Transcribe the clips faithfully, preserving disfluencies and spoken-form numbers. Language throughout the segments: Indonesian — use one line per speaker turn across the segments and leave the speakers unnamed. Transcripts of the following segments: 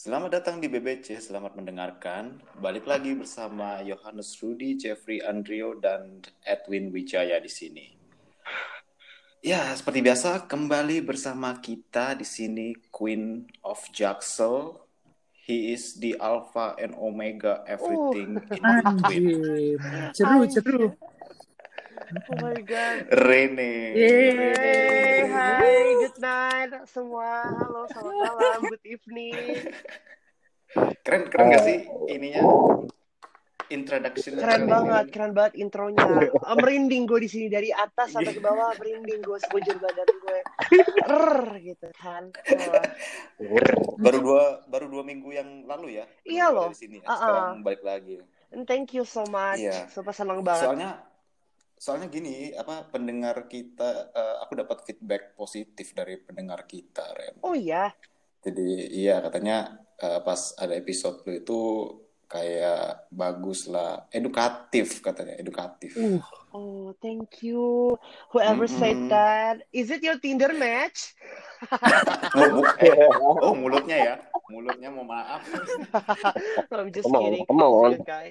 Selamat datang di B B C, selamat mendengarkan. Balik lagi bersama Yohanes Rudy, Jeffrey Andrio, dan Edwin Wijaya di sini. Ya, seperti biasa kembali bersama kita di sini Queen of Jaksel. He is the Alpha and Omega, everything in between.
Anjir, ceru, ceru.
Oh my god.
Rene, Rene.
Hey, hai, good night semua. Halo, selamat malam, good evening.
Keren, keren gak sih ininya? Introduction.
Keren banget, keren banget intronya. Uh, merinding gue di sini dari atas sampai ke bawah, merinding gue sekujur badan gue. Rrr, gitu kan. Wah.
Baru dua baru dua minggu yang lalu ya.
Iya loh.
Dari sini ya.
Uh-uh.
Sekarang balik lagi.
And thank you so much.
Iya.
Super senang banget.
Soalnya soalnya gini, apa pendengar kita uh, aku dapat feedback positif dari pendengar kita, Ren.
Oh iya.
Jadi iya katanya uh, pas ada episode lu itu kayak bagus lah, edukatif katanya, edukatif.
Uh.
Oh, thank you. Whoever
Mm-mm.
said that. Is it your Tinder match?
Oh, bu- eh, oh, mulutnya ya, mulutnya mau maaf.
No, I'm just
Come on,
kidding.
come on.
Good guy.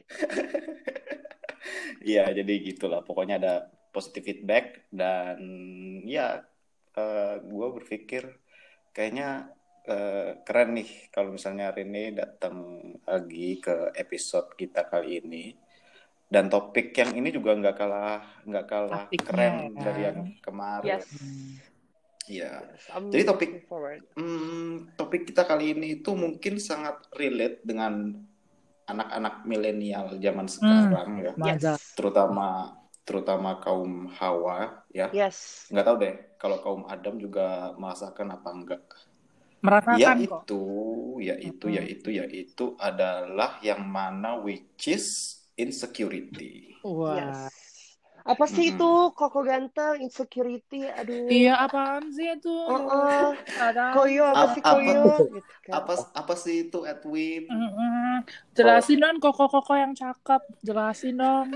Iya, jadi gitulah. Pokoknya ada positive feedback dan ya, gue berpikir kayaknya uh, keren nih kalau misalnya Rene datang lagi ke episode kita kali ini. Dan topik yang ini juga nggak kalah nggak kalah
Topiknya,
keren
ya.
dari yang kemarin.
Yes.
Iya.
I'm
Jadi topik
looking forward.
hmm, topik kita kali ini itu mungkin sangat relate dengan anak-anak milenial zaman sekarang ya,
Mantap.
Yes.
terutama terutama kaum Hawa ya.
Yes.
Nggak tahu deh kalau kaum Adam juga merasakan apa enggak.
Merasakan kok.
Yaitu, yaitu,
Hmm.
yaitu, yaitu adalah yang mana which is insecurity.
Wah.
Yes. Apa sih
Mm-mm.
itu Koko ganteng insecurity? Aduh.
Iya, apaan sih itu?
Uh-uh.
Ada.
Koyo apa
Ap-
sih
apa-
koyo? Gitu kan.
Apa apa sih itu Edwin?
Mm-mm. Jelasin dong koko-koko yang cakep. Jelasin dong.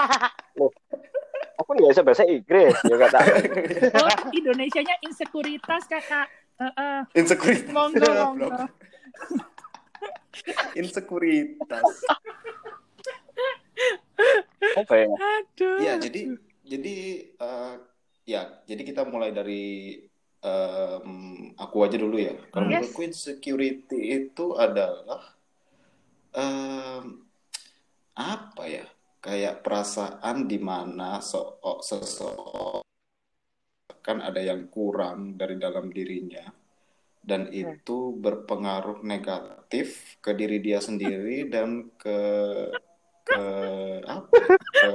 Aku nggak bisa bahasa Inggris ya kata.
Oh, Indonesianya insekuritas kakak. Uh-uh.
Insecuritas.
Monggo, monggo.
Insekuritas.
Apa ya?
Aduh.
Ya, jadi jadi eh, ya, jadi kita mulai dari em, aku aja dulu ya. Kalau
Yes.
menurutku insecurity itu adalah em, apa ya? Kayak perasaan di mana so- seseorang kan ada yang kurang dari dalam dirinya dan itu berpengaruh negatif ke diri dia sendiri dan ke ke apa? Ke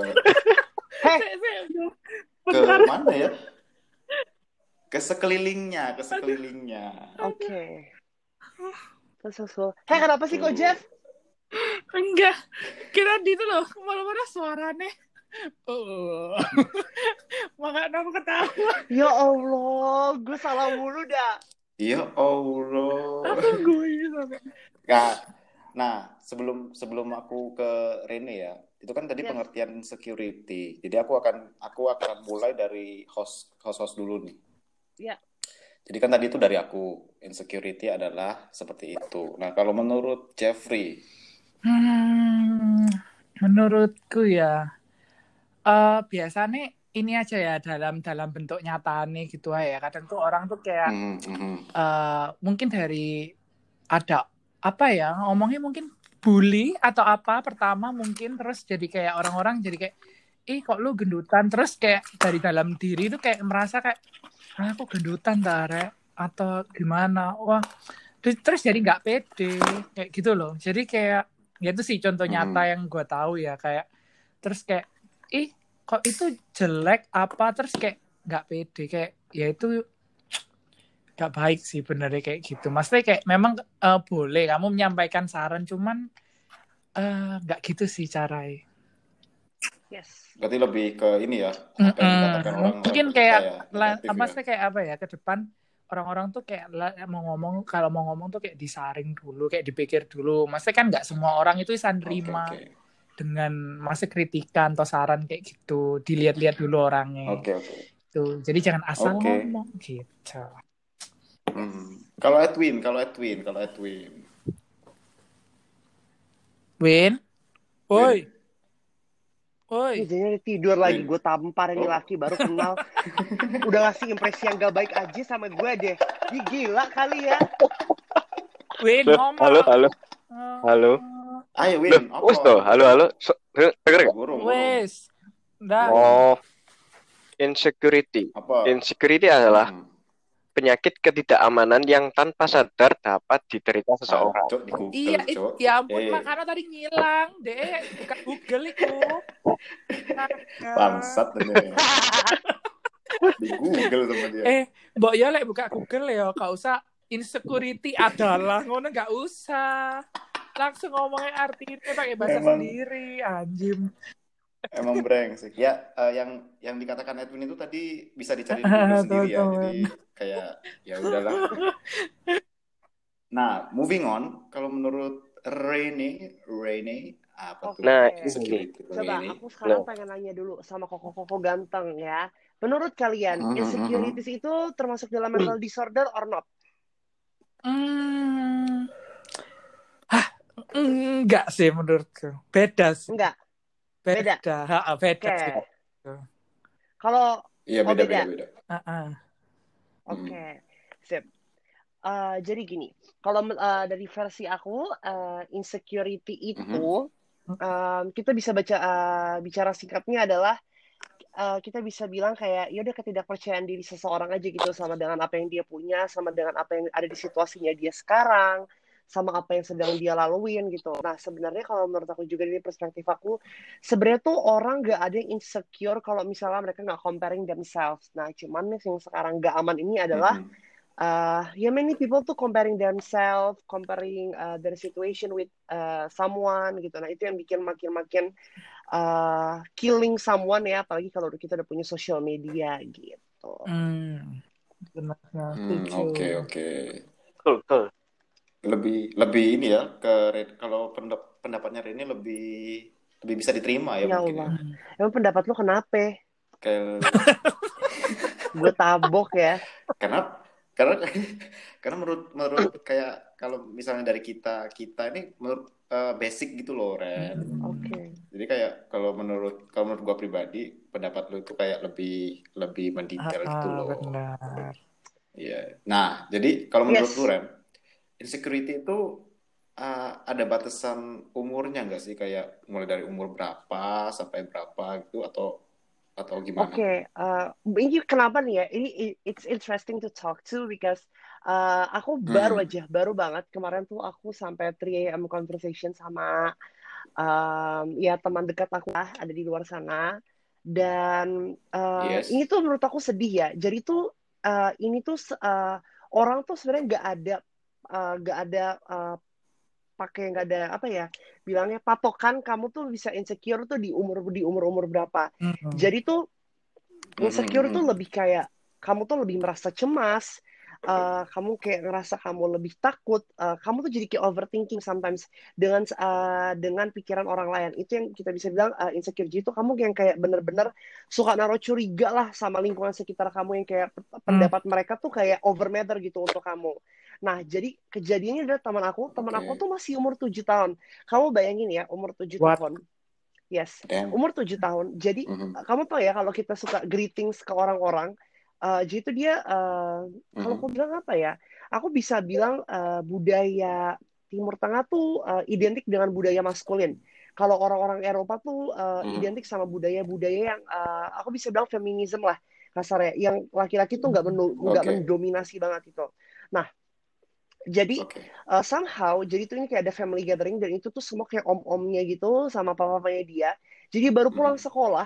ke mana ya? Ke sekelilingnya, ke sekelilingnya.
Oke. Sesuatu. Hei, kenapa sih kok Jeff?
Enggak. Kira di itu loh. Mana-mana suaranya. Oh. Makanya aku ketawa.
Ya Allah, gue salah mulu dah.
Ya Allah.
Aku gue gitu.
Nah, nah, sebelum sebelum aku ke Rene ya, itu kan tadi
Yes.
pengertian insecurity. Jadi aku akan aku akan mulai dari host host host dulu nih.
Ya.
Jadi kan tadi itu dari aku, insecurity adalah seperti itu. Nah, kalau menurut Jeffrey,
Hmm, menurutku ya, eh biasanya ini aja ya dalam dalam bentuk nyata nih gitu ya. Kadang tuh orang tuh kayak
hmm, hmm,
eh mungkin dari ada apa ya ngomongnya mungkin bully atau apa pertama mungkin terus jadi kayak orang-orang jadi kayak ih kok lu gendutan terus kayak dari dalam diri tuh kayak merasa kayak ah, aku gendutan tare atau gimana wah terus, terus jadi nggak pede kayak gitu loh jadi kayak ya itu sih contoh nyata
Hmm.
yang gue tahu ya kayak terus kayak ih kok itu jelek apa terus kayak nggak pede kayak ya itu nggak baik sih benernya kayak gitu maksudnya kayak memang eh, boleh kamu menyampaikan saran cuman eh, nggak gitu sih caranya.
Yes.
berarti lebih ke ini ya, apa yang dikatakan
Mm-mm.
orang
mungkin
orang
kayak
kita ya,
la-
negatif
apa
ya.
sih kayak apa ya ke depan orang-orang tuh kayak la- mau ngomong kalau mau ngomong tuh kayak disaring dulu kayak dipikir dulu maksudnya kan nggak semua orang itu bisa
Oke,
nerima
oke.
dengan masih kritikan atau saran kayak gitu dilihat-lihat dulu orangnya
Oke, oke.
tuh jadi jangan asal
Oke.
ngomong gitu.
Hmm. Kalau Edwin, kalau Edwin, kalau Edwin.
Win,
Win.
woi,
Ini
woi.
jadinya dia tidur lagi.
Win.
Gue tampar ini
Oh.
laki baru kenal. Udah ngasih impresi yang gak baik aja sama gue deh. Ih, gila kali ya.
Win
Loh,
ngomong.
halo, halo,
Oh,
halo.
Ayo
Loh,
Win,
wes
apa?
toh, halo, halo. So, denger denger nggak?
Burung, burung.
wes. Dah.
Burung.
Oh, insecurity.
Apa?
Insecurity adalah
Hmm.
penyakit ketidakamanan yang tanpa sadar dapat diderita seseorang.
Cok di Google,
Iya, it,
Cok.
ya ampun,
Eh,
makanya tadi ngilang, deh. Buka Google itu. Astaga.
bangsat ini. Di Google sama dia.
Eh, mbok ya lek buka Google ya, gak usah insecurity adalah ngono, gak usah. Langsung ngomongin artinya pakai bahasa
Emang.
sendiri, anjim.
Emang brengsek. Ya, eh, yang yang dikatakan Edwin itu tadi bisa dicari di Google sendiri ya. Jadi kayak ya udahlah. Nah, moving on, kalau menurut Rene, Rene apa tuh?
Nah,
Oke.
ini
Insecurity
Coba
Rene.
aku sekarang
Nah.
pengen nanya dulu sama koko-koko ganteng ya. Menurut kalian,
Mhm,
insecurities itu termasuk dalam mental disorder or not?
Hmm. Hah, enggak sih menurutku. Beda sih.
Enggak. Beda.
Beda. Ha, beda
Oke.
sih.
Kalau
Iya,
oh
beda,
beda.
beda, beda.
Ha-ha.
Oke. Sip. Eh, jadi gini, kalau eh, dari versi aku, eh, insecurity itu em, kita bisa baca eh, bicara singkatnya adalah eh, kita bisa bilang kayak ya udah ketidakpercayaan diri seseorang aja gitu sama dengan apa yang dia punya, sama dengan apa yang ada di situasinya dia sekarang, sama apa yang sedang dia laluin gitu. Nah sebenarnya kalau menurut aku juga dari perspektif aku, sebenarnya tuh orang gak ada yang insecure kalau misalnya mereka nggak comparing themselves. Nah cuman yang sekarang gak aman ini adalah
Mhm.
uh, yeah, many people tuh comparing themselves, comparing uh, their situation with uh, someone gitu. Nah itu yang bikin makin-makin uh, killing someone ya, apalagi kalau kita udah punya social media gitu.
Hmm. Benar,
Hmm,
setuju.
oke, oke.
Betul, betul.
Lebih lebih ini ya ke Ren- kalau pendap- pendapatnya Rene lebih lebih bisa diterima ya
Ya
mungkin
Allah,
ya.
emang pendapat lu kenapa?
Kayak
Gue tabok ya.
karena karena karena menurut menurut kayak kalau misalnya dari kita kita ini menurut eh, basic gitu loh Ren.
Oke.
Jadi kayak kalau menurut kalau menurut gua pribadi pendapat lu itu kayak lebih lebih mendetail gitu
Ah,
loh.
benar.
Iya. Nah, jadi kalau menurut
Yes.
lu Ren, insecurity itu uh, ada batasan umurnya nggak sih? Kayak mulai dari umur berapa sampai berapa gitu atau atau gimana?
Oke, uh, ini kenapa nih ya? Ini i- it's interesting to talk to because uh, aku baru
Hmm.
aja, baru banget kemarin tuh aku sampai tiga a m conversation sama um, ya teman dekat aku lah ada di luar sana dan uh,
Yes.
ini tuh menurut aku sedih ya. Jadi tuh uh, ini tuh uh, orang tuh sebenarnya nggak ada uh, nggak ada uh, pakai nggak ada apa ya bilangnya patokan kamu tuh bisa insecure tuh di umur di umur umur berapa.
Hmm.
Jadi tuh insecure
Mhm,
tuh
mhm.
lebih kayak kamu tuh lebih merasa cemas, uh, kamu kayak ngerasa kamu lebih takut, uh, kamu tuh jadi kayak overthinking sometimes dengan uh, dengan pikiran orang lain. Itu yang kita bisa bilang uh, insecure. Jadi itu kamu yang kayak bener-bener suka naruh curiga lah sama lingkungan sekitar kamu yang kayak
Hmm.
pendapat mereka tuh kayak over matter gitu untuk kamu. Nah, jadi kejadiannya adalah teman aku, teman
Oke.
aku tuh masih umur tujuh tahun. Kamu bayangin ya, umur tujuh
What?
tahun. Yes,
Damn.
umur tujuh tahun. Jadi
Mhm,
kamu tahu ya kalau kita suka greetings ke orang-orang, uh, jadi itu dia uh, kalau
mhm.
aku bilang apa ya? Aku bisa bilang uh, budaya Timur Tengah tuh uh, identik dengan budaya maskulin. Kalau orang-orang Eropa tuh uh,
Mhm.
identik sama budaya-budaya yang uh, aku bisa bilang feminisme lah kasarnya, yang laki-laki tuh nggak menu- nggak
Oke.
mendominasi banget itu. Nah, jadi
Oke.
uh, somehow jadi tuh ini kayak ada family gathering dan itu tuh semua kayak om-omnya gitu sama papa-papanya dia. Jadi baru pulang
Mhm.
sekolah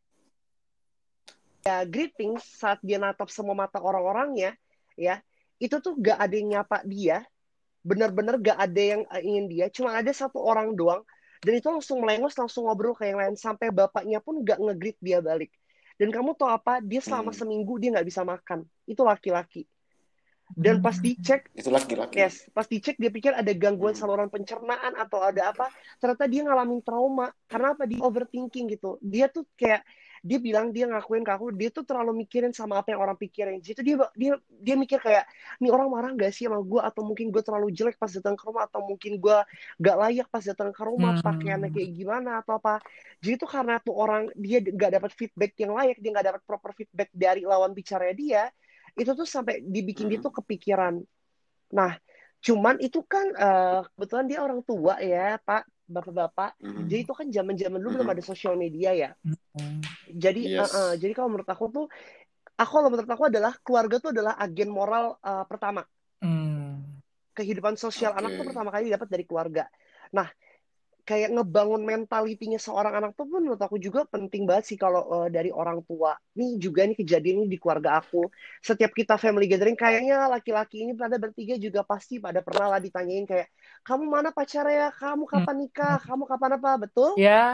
ya greeting saat dia natap semua mata orang-orangnya ya itu tuh gak ada yang nyapa dia, bener-bener gak ada yang uh, ingin dia, cuma ada satu orang doang dan itu langsung melengos langsung ngobrol ke yang lain sampai bapaknya pun gak nge-greet dia balik. Dan kamu tahu apa? Dia selama
Hmm.
seminggu dia nggak bisa makan. Itu laki-laki. Dan pas dicek,
Itu laki-laki.
yes, pas dicek dia pikir ada gangguan
Hmm.
saluran pencernaan atau ada apa. Ternyata dia ngalamin trauma. Karena apa? Dia overthinking gitu. Dia tuh kayak, dia bilang, dia ngakuin ke aku, dia tuh terlalu mikirin sama apa yang orang pikirin. Jadi dia dia dia mikir kayak, nih orang marah gak sih sama gue? Atau mungkin gue terlalu jelek pas datang ke rumah? Atau mungkin gue gak layak pas datang ke rumah?
Hmm.
Pakaiannya kayak gimana? Atau apa? Jadi itu karena tuh orang, dia gak dapat feedback yang layak. Dia gak dapat proper feedback dari lawan bicaranya dia. Itu tuh sampai dibikin dia
Hmm.
tuh kepikiran. Nah, cuman itu kan uh, kebetulan dia orang tua ya, Pak, bapak-bapak.
Hmm.
Jadi itu kan zaman-zaman dulu belum
Hmm.
ada sosial media ya.
Hmm.
Jadi,
Yes.
uh-uh, jadi kalau menurut aku tuh, aku kalau menurut aku adalah keluarga tuh adalah agen moral uh, pertama.
Hmm.
Kehidupan sosial anak tuh
Oke.
pertama kali dapat dari keluarga. Nah, kayak ngebangun mentalitinya seorang anak tuh pun menurut aku juga penting banget sih kalau uh, dari orang tua. Nih juga nih kejadian ini di keluarga aku. Setiap kita family gathering, kayaknya laki-laki ini pada bertiga juga pasti pada pernah lah ditanyain kayak, kamu mana pacarnya? Kamu kapan nikah? Kamu kapan apa? Betul?
Ya,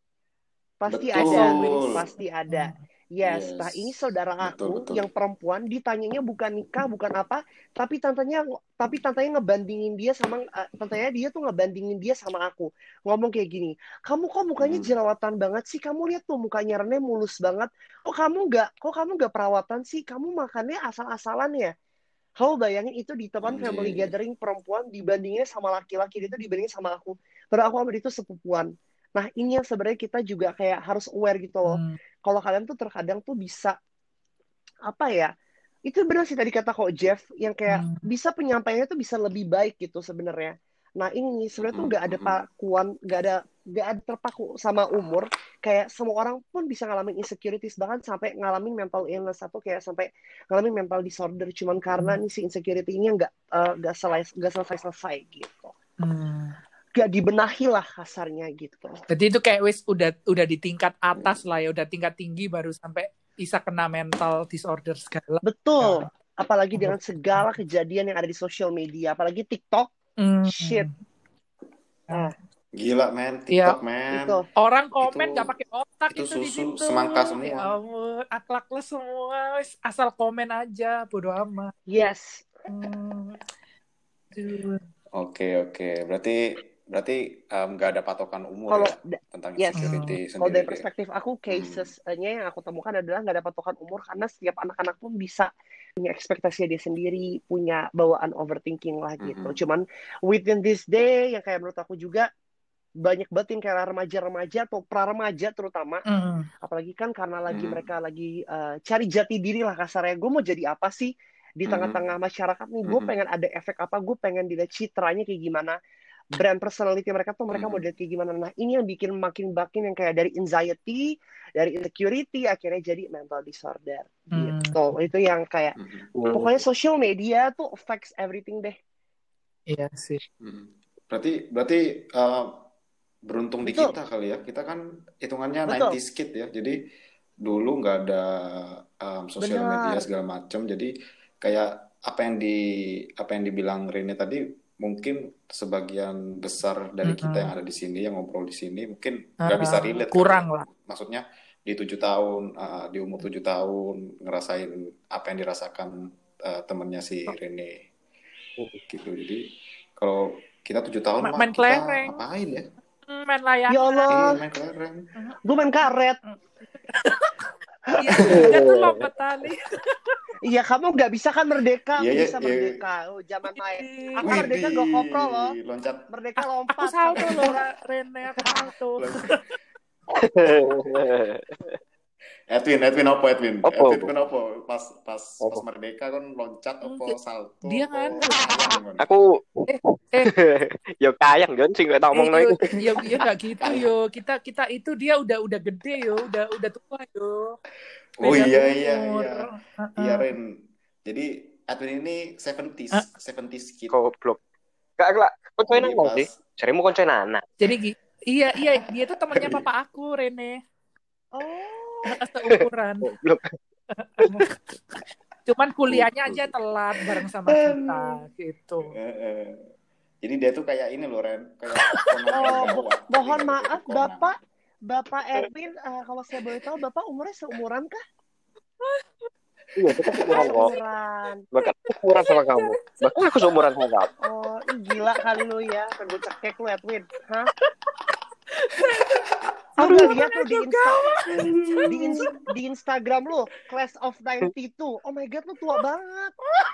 Pasti
as
ada.
always.
Pasti ada. Yes, nah ini
Yes.
saudara
Betul,
aku
betul.
yang perempuan ditanyanya bukan nikah, bukan apa, tapi tantenya tapi tantenya ngebandingin dia sama uh, tantenya dia tuh ngebandingin dia sama aku. Ngomong kayak gini, "Kamu kok mukanya
Hmm.
jerawatan banget sih? Kamu lihat tuh mukanya Rene mulus banget. Kok kamu nggak kok kamu nggak perawatan sih? Kamu makannya asal-asalan ya?" Kamu bayangin itu di teman family
Anjir.
gathering perempuan dibandingnya sama laki-laki, dia tuh dibandingin sama aku. Padahal aku sama dia tuh sepupuan. Nah, ini yang sebenarnya kita juga kayak harus aware gitu loh.
Hmm.
Kalau kalian tuh terkadang tuh bisa, apa ya, itu benar sih tadi kata kok Jeff, yang kayak
Hmm.
bisa penyampaiannya tuh bisa lebih baik gitu sebenarnya. Nah, ini sebenarnya tuh
Hmm.
nggak ada
Hmm.
pakuan, nggak ada nggak ada terpaku sama umur. Kayak semua orang pun bisa ngalamin insecurities, bahkan sampai ngalamin mental illness atau kayak sampai ngalamin mental disorder, cuman karena nih si insecurity-nya nggak eh, nggak selesai nggak selesai-selesai gitu.
Hmm.
Gak dibenahi lah kasarnya gitu.
Jadi itu kayak wis udah udah di tingkat atas lah ya, udah tingkat tinggi baru sampai bisa kena mental disorder segala.
Betul. Apalagi dengan segala kejadian yang ada di sosial media, apalagi TikTok,
Hmm.
shit. Ah,
Gila men,
Ya,
TikTok men.
itu.
orang komen
Itu-
nggak pakai otak
itu
itu, di
susu
situ.
semangka semua.
Ya ampun, akhlakles semua, wis asal komen aja, bodo amat.
Yes.
Hmm. Aduh.
Oke, oke. Berarti berarti em, nggak ada patokan umur
Kalau
ya
da-
tentang
yes.
insecurity
Kalau
sendiri
dari
ya.
perspektif aku, cases-nya yang aku temukan adalah nggak ada patokan umur karena setiap anak-anak pun bisa punya ekspektasi dia sendiri, punya bawaan overthinking lah gitu.
Mhm.
Cuman within this day yang kayak menurut aku juga banyak banget yang kayak remaja-remaja atau pra-remaja terutama,
Hmm.
apalagi kan karena lagi
Mhm.
mereka lagi uh, cari jati diri lah kasarnya. Gue mau jadi apa sih di
Mhm.
tengah-tengah masyarakat nih? Gue
Mhm.
pengen ada efek apa? Gue pengen dilihat citranya kayak gimana? Brand personality mereka tuh mereka mau
Mhm.
dilihat kayak gimana? Nah ini yang bikin makin-makin yang kayak dari anxiety, dari insecurity, akhirnya jadi mental disorder
Hmm.
gitu. Itu yang kayak
Mhm.
pokoknya social media tuh affects everything deh.
Iya sih.
Mhm. Berarti berarti eh, beruntung di
Betul.
kita kali ya. Kita kan hitungannya
Betul.
nineties kid ya. Jadi dulu nggak ada em, sosial media
Benar.
segala macam. Jadi kayak apa yang di apa yang dibilang Rene tadi mungkin sebagian besar dari kita yang
Mm-mm.
ada di sini yang ngobrol di sini mungkin nggak bisa
Ah,
relate kali
kurang
ya.
lah.
Maksudnya di tujuh tahun eh, di umur tujuh tahun ngerasain apa yang dirasakan eh, temennya si Rene gitu. Jadi kalau kita tujuh tahun
Ma-
mah
main
kita
kelereng.
ngapain ya?
Hmm, main
Ya
layangan.
Iya
Allah,
main kelereng.
gue main karet.
Iya, dia tuh lompat tali.
Iya, kamu nggak bisa kan merdeka,
Iya
aku
iya
bisa
iya.
merdeka. Oh, zaman main. Aku
Widih,
merdeka nggak koprol loh.
loncat.
Merdeka
Aku
lompat
salto
sampai
loh,
bisa.
Ra- Rene, aku salto.
loncat. Edwin, Edwin apa Edwin?
Apa?
Edwin kenapa? Pas pas
Apa?
pas merdeka kan loncat apa
Dia-
salto
dia
apa
kan
layang kan?
Aku
eh eh
ya kayang Jon sing tak omongno
yo,
iku.
yo, yo nggak gitu yo. Kita kita itu dia udah udah gede yo, udah udah tua yo.
Oh
Beda
iya iya
umur.
iya.
Uh-uh.
Iya Ren. Jadi Edwin ini seventies,
Ah.
seventies kid.
Goblok. Gak gak koncoin
Jadi
anak
pas
sih. Jarimu koncoin anak.
Jadi gi- iya iya dia tuh temannya papa aku, Rene.
Oh,
Seumuran.
Goblok.
Cuman kuliahnya aja telat bareng sama kita gitu.
eh, eh. Jadi dia tuh kayak ini loh Ren, kayak Conan
oh
yang
bo-
gawat.
mohon
Tapi nggak
maaf,
kayak Conan.
Bapak, Bapak Edwin, eh, kalau saya boleh tahu, Bapak umurnya seumuran kah?
Iya, kita seumuran kok.
Umuran.
Bahkan aku seumuran sama kamu. Bahkan aku seumuran sama kamu.
Oh, ih, gila kali lu ya. Gue cekek lu, Edwin. Hah? Lu gak lihat tuh di Insta di, ins- di Instagram lu, Class of sembilan puluh dua. Oh my god, lu tua banget.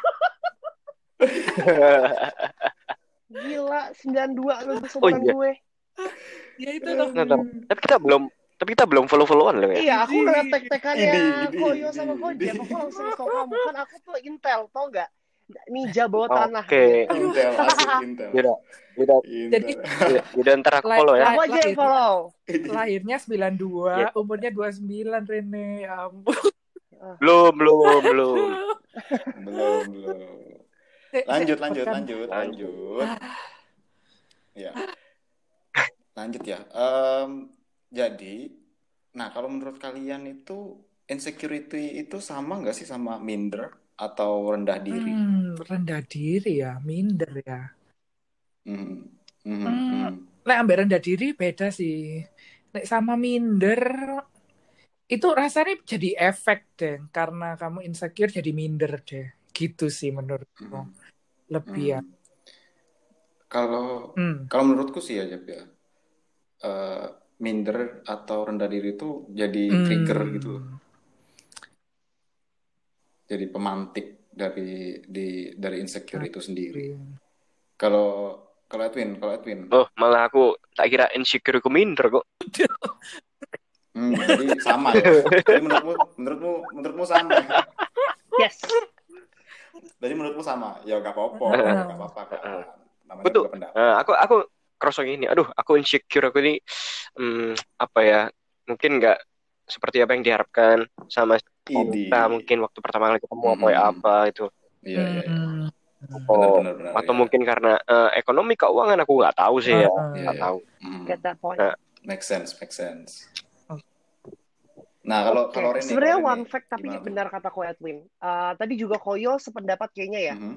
Gila, sembilan puluh dua lu
Oh
seumuran
iya.
gue.
Ya itu tuh.
Nah, nah. Tapi kita belum tapi kita belum follow-followan loh ya.
Iya, aku
Idi.
ngeliat tek-tekannya
Idi, idi,
Koyo
idi,
sama
idi.
Kojep. Aku langsung tau kamu. Kan aku tuh Intel, tau gak? Ninja bawah tanah
Oke.
gitu.
Intel, asik Intel.
Yaudah, yaudah,
Jadi
Intel.
yaudah ntar aku
la-
follow ya.
la-
Aku aja yang
lahirnya,
follow.
lahirnya sembilan puluh dua,
Iya.
umurnya dua puluh sembilan Rene. Ya ampun.
Belum, belum, belum.
Belum, belum. Lanjut, lanjut, lanjut, lanjut. Ya. Lanjut ya. Em, jadi, nah kalau menurut kalian itu insecurity itu sama nggak sih sama minder atau rendah diri?
Hmm, rendah diri ya, minder ya.
Hmm, hmm,
Hmm,
hmm.
Lek ambek rendah diri beda sih. Lek sama minder itu rasanya jadi efek deh, karena kamu insecure jadi minder deh. Gitu sih menurutku.
Hmm,
Lebih ya.
hmm. Kalau
Hmm.
kalau menurutku sih ya, Jep, ya. Eh, minder atau rendah diri itu jadi trigger gitu loh.
Hmm.
Jadi pemantik dari di dari insecure itu sendiri.
Iya.
Kalau kalau Edwin, kalau Edwin,
Oh, malah aku tak kira insecure aku minder kok.
hmm, jadi sama ya. Jadi menurutmu, menurutmu, menurutmu sama. ya?
Yes.
Jadi menurutmu sama. Ya gak apa-apa,
Heeh.
gak apa-apa kan. Namanya
Betul.
juga pendapat.
Nah, aku aku kerasa gini. Aduh, aku insecure aku ini hmm, apa ya? Mungkin nggak seperti apa yang diharapkan sama
Idi.
kita mungkin waktu pertama kali ketemu apa ya
Mhm.
apa itu.
Iya, iya, iya.
Hmm.
Oh,
Benar, benar,
atau
ya.
mungkin karena eh, ekonomi keuangan aku nggak tahu sih ya,
Heeh.
Iya,
nggak
iya.
tahu.
Mhm.
Get that point.
Nah,
Make sense, make sense.
Oke.
Nah, kalau
Oke,
kalau Rene,
sebenarnya
kalau
one
Rene,
fact tapi
gimana tuh?
benar kata Ko Edwin. Uh, tadi juga Koyo sependapat kayaknya ya.
Mhm.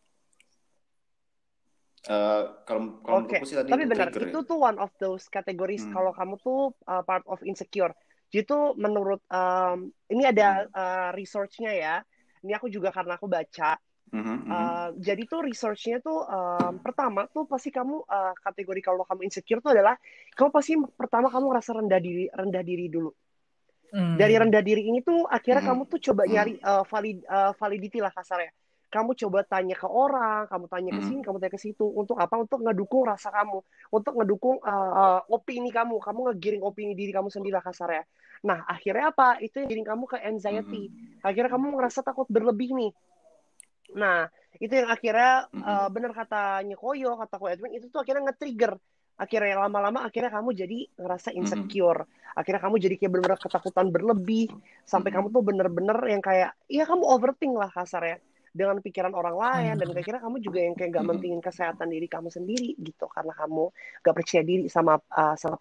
Eh, kalau kalau
Oke,
menurutku sih tadi
tapi
itu
benar
trigger
itu
ya.
tuh one of those categories
Hmm.
kalau kamu tuh uh, part of insecure. Jadi tuh menurut um, ini ada
Hmm.
uh, research-nya ya. Ini aku juga karena aku baca.
Mhm, mhm.
Uh, jadi tuh research-nya tuh um, pertama tuh pasti kamu uh, kategori kalau kamu insecure tuh adalah kamu pasti pertama kamu ngerasa rendah diri rendah diri dulu.
Hmm.
Dari rendah diri ini tuh akhirnya
Mhm.
kamu tuh coba
Mhm.
nyari uh, valid uh, validity lah kasarnya. Kamu coba tanya ke orang, kamu tanya ke
Mhm.
sini, kamu tanya ke situ. Untuk apa? Untuk ngedukung rasa kamu, untuk ngedukung uh, uh, opini kamu. Kamu ngegiring opini diri kamu sendiri lah kasarnya. Nah akhirnya apa? Itu yang giring kamu ke anxiety.
Mhm.
Akhirnya kamu ngerasa takut berlebih nih. Nah, itu yang akhirnya
Mhm.
uh, benar katanya Koyo, kata Ko Edwin, itu tuh akhirnya nge-trigger. Akhirnya lama-lama akhirnya kamu jadi ngerasa
Mhm.
insecure. Akhirnya kamu jadi kayak benar-benar ketakutan berlebih. Sampai
Mhm.
kamu tuh bener-bener yang kayak, ya kamu overthink lah kasarnya. Dengan pikiran orang lain. Dan
Hmm.
akhirnya kamu juga yang kayak gak
Mhm.
mentingin kesehatan diri kamu sendiri gitu. Karena kamu gak percaya diri sama uh, sama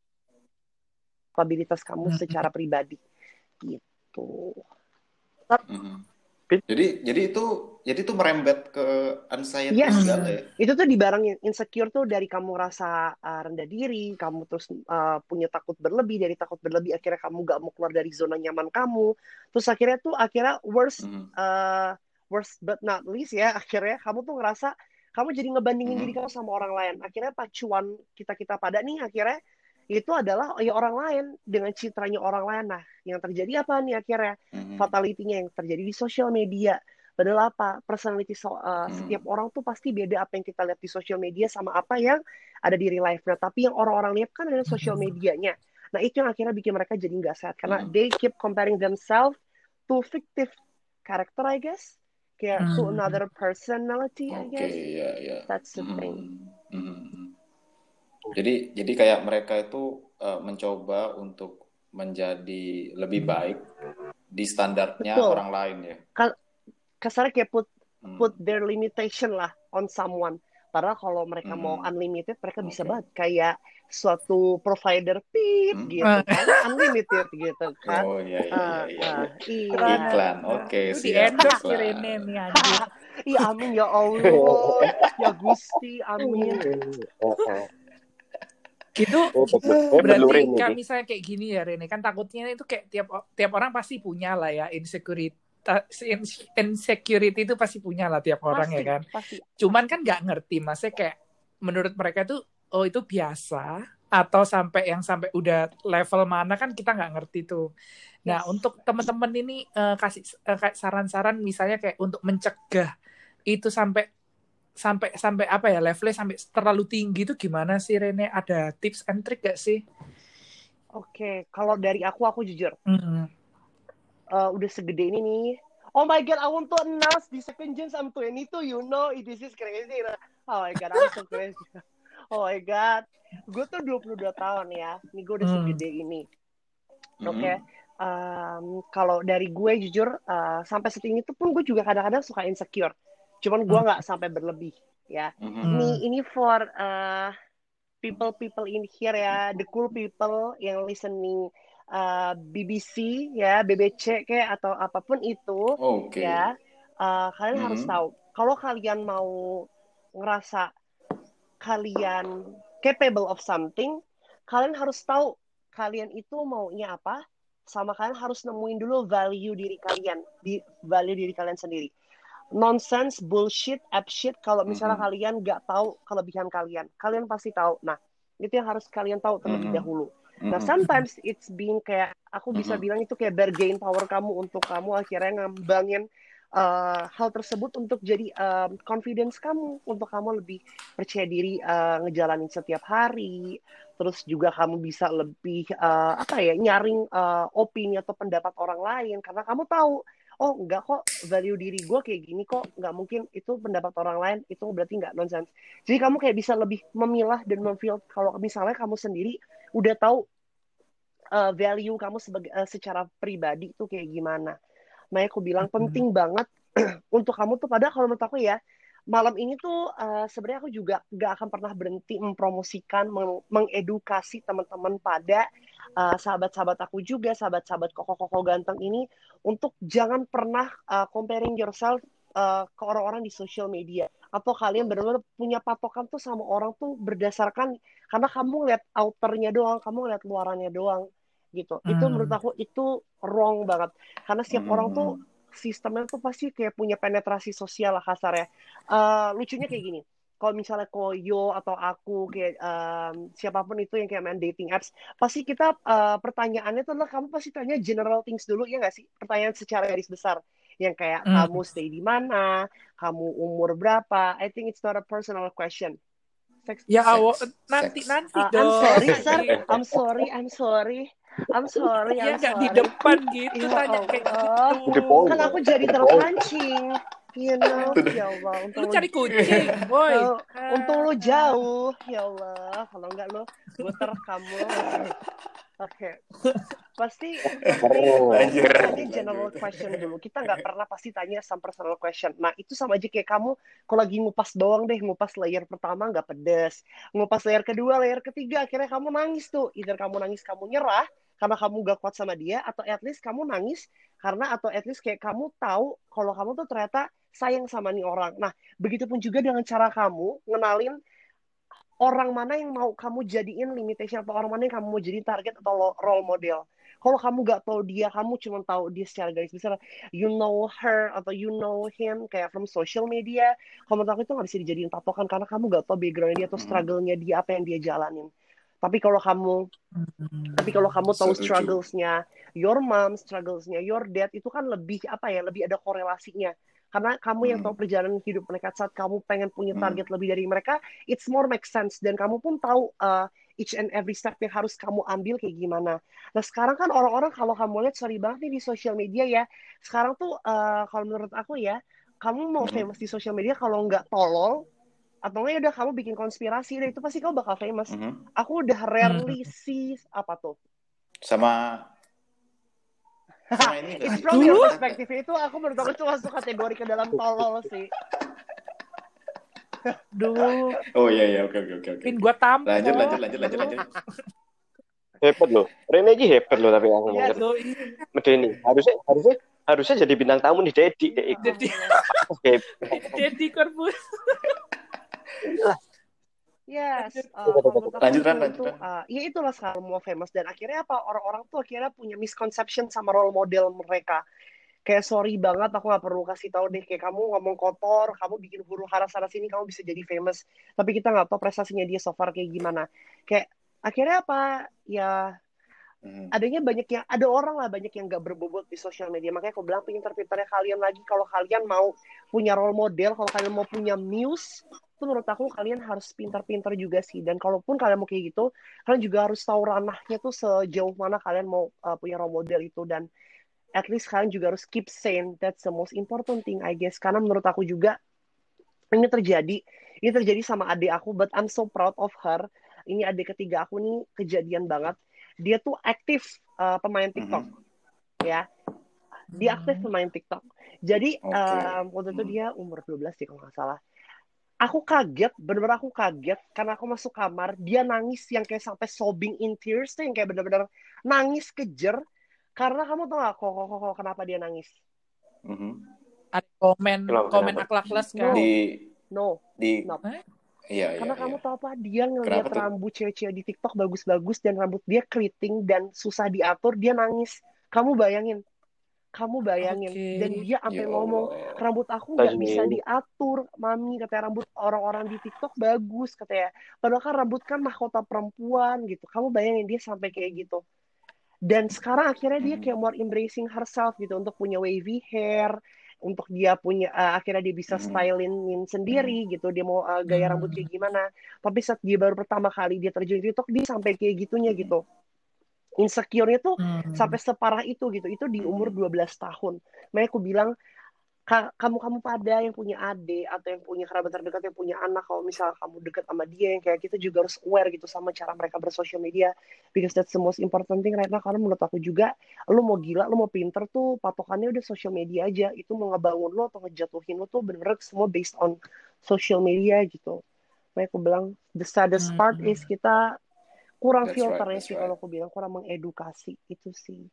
kapabilitas kamu
Hmm.
secara pribadi. Gitu.
Mhm. Jadi jadi itu jadi itu merembet ke anxiety
Yes,
segala ya.
itu tuh dibarengin insecure tuh dari kamu rasa uh, rendah diri, kamu terus uh, punya takut berlebih, dari takut berlebih akhirnya kamu gak mau keluar dari zona nyaman kamu, terus akhirnya tuh akhirnya worst,
Mhm.
uh, worst but not least ya, akhirnya kamu tuh ngerasa kamu jadi ngebandingin
Mhm.
diri kamu sama orang lain, akhirnya pacuan kita kita pada nih akhirnya itu adalah ya orang lain dengan citranya orang lain. Nah, yang terjadi apa nih akhirnya
Mhm.
fatality-nya yang terjadi di sosial media. Padahal apa? Personality so, uh,
Hmm.
setiap orang tuh pasti beda apa yang kita lihat di sosial media sama apa yang ada di real life. Nah, tapi yang orang-orang lihat kan adalah sosial medianya. Nah, itu yang akhirnya bikin mereka jadi nggak sehat. Karena
Mhm.
they keep comparing themselves to fictive character, I guess. Kayak to
Hmm.
another personality, I
Oke,
guess.
ya, ya.
That's the
Mhm.
thing.
Mhm. Jadi jadi kayak mereka itu uh, mencoba untuk menjadi lebih baik di standarnya
Betul.
orang lain ya.
Ka- Kasarnya kayak put
Hmm.
put their limitation lah on someone. Padahal kalau mereka mau
Mhm.
unlimited, mereka bisa
Oke.
banget kayak suatu provider pip
Hmm.
gitu kan, unlimited gitu kan.
Oh iya iya
Ah,
iya
ah,
iya.
iya.
Iklan. Oke,
Itu di
siap
endorse si
iklan.
Rene nih anjir.
Iya amin ya Allah, ya Gusti, amin.
Gitu
Oh, betul. Eh,
berarti
belurin
kan
ini.
misalnya kayak gini ya Rene, kan takutnya itu kayak tiap tiap orang pasti punya lah ya insecurity ta- ins- insecurity itu pasti punya lah tiap orang
Pasti,
ya kan.
pasti.
Cuman kan nggak ngerti, maksudnya kayak menurut mereka tuh oh itu biasa atau sampai yang sampai udah level mana kan kita nggak ngerti tuh. Nah
Yes.
untuk teman-teman ini eh, kasih eh, kayak saran-saran misalnya kayak untuk mencegah itu sampai sampai sampai apa ya levelnya sampai terlalu tinggi itu gimana sih Rene? Ada tips and trick gak sih?
Oke, kalau dari aku, aku jujur.
Hmm.
Uh, udah segede ini nih. Oh my God, I want to announce the second James I'm twenty-two, you know, this is crazy. Oh my God, I'm so crazy. Oh my God. Gue tuh dua puluh dua tahun ya. Nih gue udah
Hmm.
segede ini.
Mhm.
Oke. Um, kalau dari gue jujur, uh, sampai setinggi itu pun gue juga kadang-kadang suka insecure. Cuman gue
Hmm.
nggak sampai berlebih ya.
Mhm.
Ini
Hmm.
ini for uh, people-people in here ya, the cool people yang listening uh, B B C ya, B B C kayak atau apapun itu
Oke.
ya. Uh, kalian harus
Mhm.
tahu kalau kalian mau ngerasa kalian capable of something, kalian harus tahu kalian itu maunya apa, sama kalian harus nemuin dulu value diri kalian, di value diri kalian sendiri. Nonsense, bullshit, shit kalau misalnya
Mhm.
kalian nggak tahu kelebihan kalian, kalian pasti tahu. Nah, itu yang harus kalian tahu terlebih
Mhm.
dahulu. Nah,
Mhm.
sometimes it's being kayak, aku bisa
Mhm.
bilang itu kayak bargain power kamu untuk kamu akhirnya ngembangin uh, hal tersebut untuk jadi um, confidence kamu, untuk kamu lebih percaya diri uh, ngejalanin setiap hari, terus juga kamu bisa lebih uh, apa ya nyaring uh, opini atau pendapat orang lain karena kamu tahu oh enggak kok value diri gue kayak gini kok nggak mungkin itu pendapat orang lain itu berarti nggak nonsense. Jadi kamu kayak bisa lebih memilah dan memfilter kalau misalnya kamu sendiri udah tahu uh, value kamu sebagai uh, secara pribadi itu kayak gimana. Makanya aku bilang
Hmm.
penting banget untuk kamu tuh padahal kalau menurut aku ya malam ini tuh uh, sebenarnya aku juga gak akan pernah berhenti mempromosikan, meng- mengedukasi teman-teman pada uh, sahabat-sahabat aku juga, sahabat-sahabat koko-koko ganteng ini untuk jangan pernah uh, comparing yourself uh, ke orang-orang di social media atau kalian benar-benar punya patokan tuh sama orang tuh berdasarkan karena kamu lihat outernya doang, kamu lihat luarannya doang gitu. Itu menurut
Hmm.
aku itu wrong banget karena setiap orang tuh
Mhm.
sistemnya tuh pasti kayak punya penetrasi sosial lah kasarnya. Uh, lucunya kayak gini, kalau misalnya Koyo atau aku kayak um, siapapun itu yang kayak main dating apps, pasti kita uh, pertanyaannya tuh adalah kamu pasti tanya general things dulu ya nggak sih? Pertanyaan secara garis besar yang kayak
Hmm.
kamu stay di mana, kamu umur berapa. I think it's not a personal question. Sex,
Ya awo,
Seks.
nanti
Seks.
nanti
uh, I'm
dong.
sorry,
Nanti.
sir. I'm sorry, I'm sorry. I'm sorry,
Ya
I'm
nggak di
sorry.
depan gitu
Ya
tanya kayak
Allah,
gitu.
kan aku jadi terpancing. You know,
Sudah.
ya Allah,
Lu
untung lu
cari kucing, woi.
Oh, untung lu
Ah.
jauh, ya Allah. Kalau enggak lu, gue terekam lu. Oke, pasti pasti
Lanjut,
kita tanya
lanjut,
general
lanjut.
question dulu. Kita nggak pernah pasti tanya some personal question. Nah itu sama aja kayak kamu kalau lagi ngupas bawang deh, ngupas layer pertama nggak pedes, ngupas layer kedua, layer ketiga, akhirnya kamu nangis tuh. Either kamu nangis kamu nyerah karena kamu gak kuat sama dia, atau at least kamu nangis karena atau at least kayak kamu tahu kalau kamu tuh ternyata sayang sama nih orang. Nah begitupun juga dengan cara kamu ngenalin orang mana yang mau kamu jadiin limitation atau orang mana yang kamu mau jadi target atau role model. Kalau kamu gak tahu dia, kamu cuma tahu dia secara garis besar, you know her atau you know him kayak from social media, kalau menurut aku itu gak bisa dijadiin patokan karena kamu gak tahu background dia atau
Mhm.
struggle-nya dia, apa yang dia jalanin. Tapi kalau kamu
Hmm.
tapi kalau kamu tahu
Setuju.
struggles-nya your mom, struggles-nya your dad, itu kan lebih apa ya, lebih ada korelasinya. Karena kamu yang tahu
Mhm.
perjalanan hidup mereka saat kamu pengen punya
Mhm.
target lebih dari mereka, it's more make sense. Dan kamu pun tahu uh, each and every step yang harus kamu ambil kayak gimana. Nah sekarang kan orang-orang kalau kamu lihat, sorry banget nih di social media ya, sekarang tuh uh, kalau menurut aku ya, kamu mau
Mhm.
famous di social media kalau nggak tolol, atau nggak ya udah kamu bikin konspirasi, deh itu pasti kamu bakal famous.
Mhm.
Aku udah rarely see apa tuh.
Sama sama ini gak
It's
sih?
from your
Aduh.
perspective itu aku menurut aku itu masuk kategori ke dalam tolol sih.
Duh,
Oh iya iya oke oke oke oke.
pin gua tampol.
Lanjut lanjut lanjut lanjut
Aduh.
lanjut.
Hebat loh. Rene aja hebat loh tapi aku
Yes.
Loh,
Medeni. Harusnya harusnya harusnya jadi bintang tamu nih Dedi kayak
Ya
ikut.
Dedi,
Allah.
Dedi Corbuzier.
Yes,
Lanjut.
uh, kalau menurut aku
Lanjut,
itu,
Ran, lanjut,
itu
Ran.
uh, ya itulah sekarang mau famous dan akhirnya apa orang-orang tuh akhirnya punya misconception sama role model mereka. kayak sorry banget aku nggak perlu kasih tahu deh, kayak kamu ngomong kotor, kamu bikin huru hara sana sini, kamu bisa jadi famous, tapi kita nggak tahu prestasinya dia so far kayak gimana. Kayak akhirnya apa ya,
Mhm.
adanya banyak yang ada orang lah banyak yang nggak berbobot di sosial media. Makanya aku bilang pinter-pinternya kalian lagi, kalau kalian mau punya role model, kalau kalian mau punya muse, itu menurut aku kalian harus pinter-pinter juga sih. Dan kalaupun kalian mau kayak gitu, kalian juga harus tahu ranahnya tuh sejauh mana kalian mau uh, punya role model itu. Dan at least kalian juga harus keep sane. That's the most important thing, I guess. Karena menurut aku juga ini terjadi, ini terjadi sama adik aku, but I'm so proud of her. Ini adik ketiga aku nih, kejadian banget. Dia tuh aktif uh, pemain TikTok,
Mhm.
ya. Dia aktif pemain TikTok. Jadi
Oke.
um, waktu itu
Mhm.
dia umur dua belas sih kalau nggak salah. Aku kaget, bener-bener aku kaget karena aku masuk kamar, dia nangis yang kayak sampai sobbing in tears tuh, yang kayak bener-bener nangis kejer. Karena kamu tau gak kok, kok, kok, kok kenapa dia nangis?
Mhm.
Ada komen
Kenapa,
komen
kenapa?
akhlak
No,
kan?
Di
no,
di
no.
Hah?
iya iya
Karena
iya.
kamu tahu apa? Dia ngelihat
Kenapa tuh?
rambut cewek-cewek di TikTok bagus-bagus dan rambut dia keriting dan susah diatur, dia nangis. Kamu bayangin, kamu bayangin. Dan
Oke.
dia
Ya
sampai ngomong,
Allah.
rambut aku nggak bisa
Tajmin.
diatur, mami. Katanya rambut orang-orang di TikTok bagus, katanya. Padahal kan rambut kan mahkota perempuan gitu. Kamu bayangin dia sampai kayak gitu. Dan sekarang akhirnya dia kayak
Mhm.
more embracing herself gitu, untuk punya wavy hair, untuk dia punya uh, akhirnya dia bisa
Mhm.
stylingin sendiri gitu, dia mau uh, gaya rambut
Hmm.
kayak gimana. Tapi saat dia baru pertama kali dia terjun di TikTok, dia sampai kayak gitunya
Mhm.
gitu. Insecure-nya tuh
Hmm.
sampai separah itu gitu. Itu di umur
Mhm.
dua belas tahun. Makanya aku bilang, Ka- kamu-kamu pada yang punya adik atau yang punya kerabat terdekat yang punya anak, kalau misalnya kamu dekat sama dia, yang kayak kita juga harus aware gitu sama cara mereka bersosial media, because that's the most important thing right now. Karena menurut aku juga, lu mau gila, lu mau pinter tuh patokannya udah social media aja. Itu mau ngebangun lo atau ngejatuhin lo tuh bener-bener semua based on social media gitu. Makanya aku bilang the saddest part
Hmm.
is kita kurang
That's right,
filternya
that's
sih,
right.
kalau aku bilang kurang mengedukasi itu sih.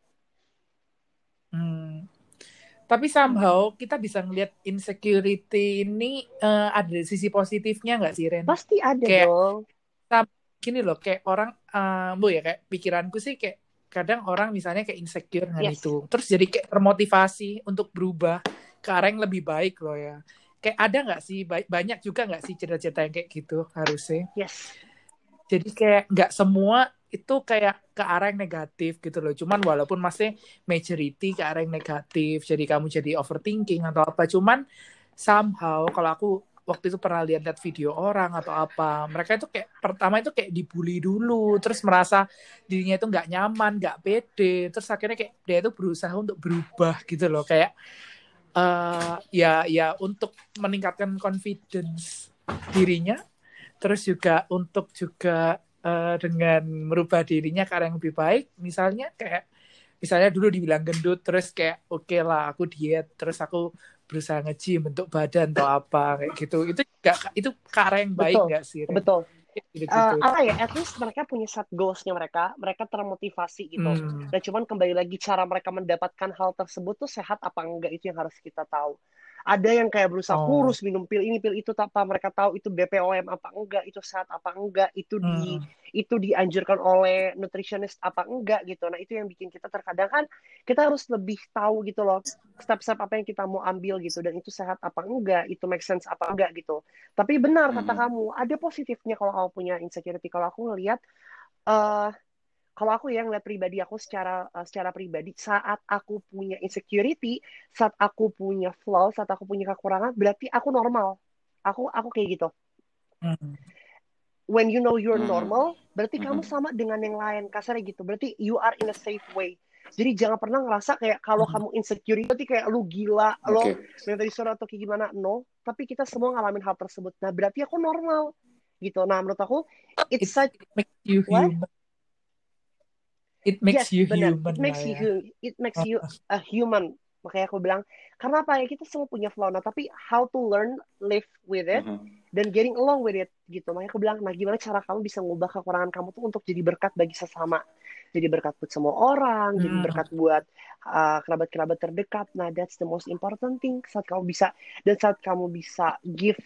Hmm. Tapi somehow kita bisa ngeliat insecurity ini eh, ada sisi positifnya nggak sih, Ren?
Pasti ada
Kayak
dong.
sam- gini loh, kayak orang, eh, bu ya kayak pikiranku sih kayak kadang orang misalnya kayak insecure dengan
Yes.
itu, terus jadi kayak termotivasi untuk berubah ke arah yang lebih baik loh ya. Kayak ada nggak sih, ba- banyak juga nggak sih cerita-cerita yang kayak gitu harusnya.
Yes.
Jadi kayak nggak semua itu kayak ke arah yang negatif gitu loh. Cuman walaupun masih majority ke arah yang negatif, jadi kamu jadi overthinking atau apa. Cuman somehow kalau aku waktu itu pernah lihat video orang atau apa, mereka itu kayak pertama itu kayak dibully dulu, terus merasa dirinya itu nggak nyaman, nggak pede, terus akhirnya kayak dia itu berusaha untuk berubah gitu loh, kayak uh, ya ya untuk meningkatkan confidence dirinya, terus juga untuk juga uh, dengan merubah dirinya ke arah yang lebih baik. Misalnya kayak misalnya dulu dibilang gendut, terus kayak oke okay lah aku diet, terus aku berusaha nge-gym bentuk badan atau apa kayak gitu. Itu gak, itu ke arah yang baik
Betul.
nggak sih, Ren?
Betul. Uh,
Gitu-gitu.
apa ya, at least mereka punya set goals-nya, mereka mereka termotivasi gitu.
Hmm.
Nah, cuman kembali lagi cara mereka mendapatkan hal tersebut tuh sehat apa enggak, itu yang harus kita tahu. Ada yang kayak berusaha
Oh.
kurus, minum pil ini pil itu, tanpa mereka tahu itu B P O M apa enggak, itu sehat apa enggak, itu di
Hmm.
itu dianjurkan oleh nutritionist apa enggak gitu. Nah, itu yang bikin kita terkadang kan kita harus lebih tahu gitu loh, step-step apa yang kita mau ambil gitu, dan itu sehat apa enggak, itu make sense apa enggak gitu. Tapi benar kata
Mhm.
kamu, ada positifnya kalau kamu punya insecurity. Kalau aku ngelihat, uh, kalau aku ya ngeliat pribadi aku secara uh, secara pribadi, saat aku punya insecurity, saat aku punya flaw, saat aku punya kekurangan, berarti aku normal. Aku aku kayak gitu.
Hmm.
When you know you're
Mhm.
normal, berarti kamu
Mhm.
sama dengan yang lain, kasarnya gitu. Berarti you are in a safe way. Jadi jangan pernah ngerasa kayak kalau
Hmm.
kamu insecure berarti kayak lu gila, lo
Oke.
minta disuruh atau kayak gimana. No, tapi kita semua ngalamin hal tersebut. Nah, berarti aku normal gitu. Nah, menurut aku it's
It,
such
it makes you
what?
human. It makes
Yes,
you
benar.
human
It
lah
makes you
ya.
hu- it makes
Oh.
you a human. Makanya aku bilang, karena apa ya, kita semua punya flaw. Nah, tapi how to learn live with it
Mhm.
dan getting along with it gitu. Makanya aku bilang, nah gimana cara kamu bisa ngubah kekurangan kamu tuh untuk jadi berkat bagi sesama. Jadi berkat buat semua orang, jadi
Hmm.
berkat buat uh, kerabat-kerabat terdekat. Nah, that's the most important thing. Saat kamu bisa, dan saat kamu bisa give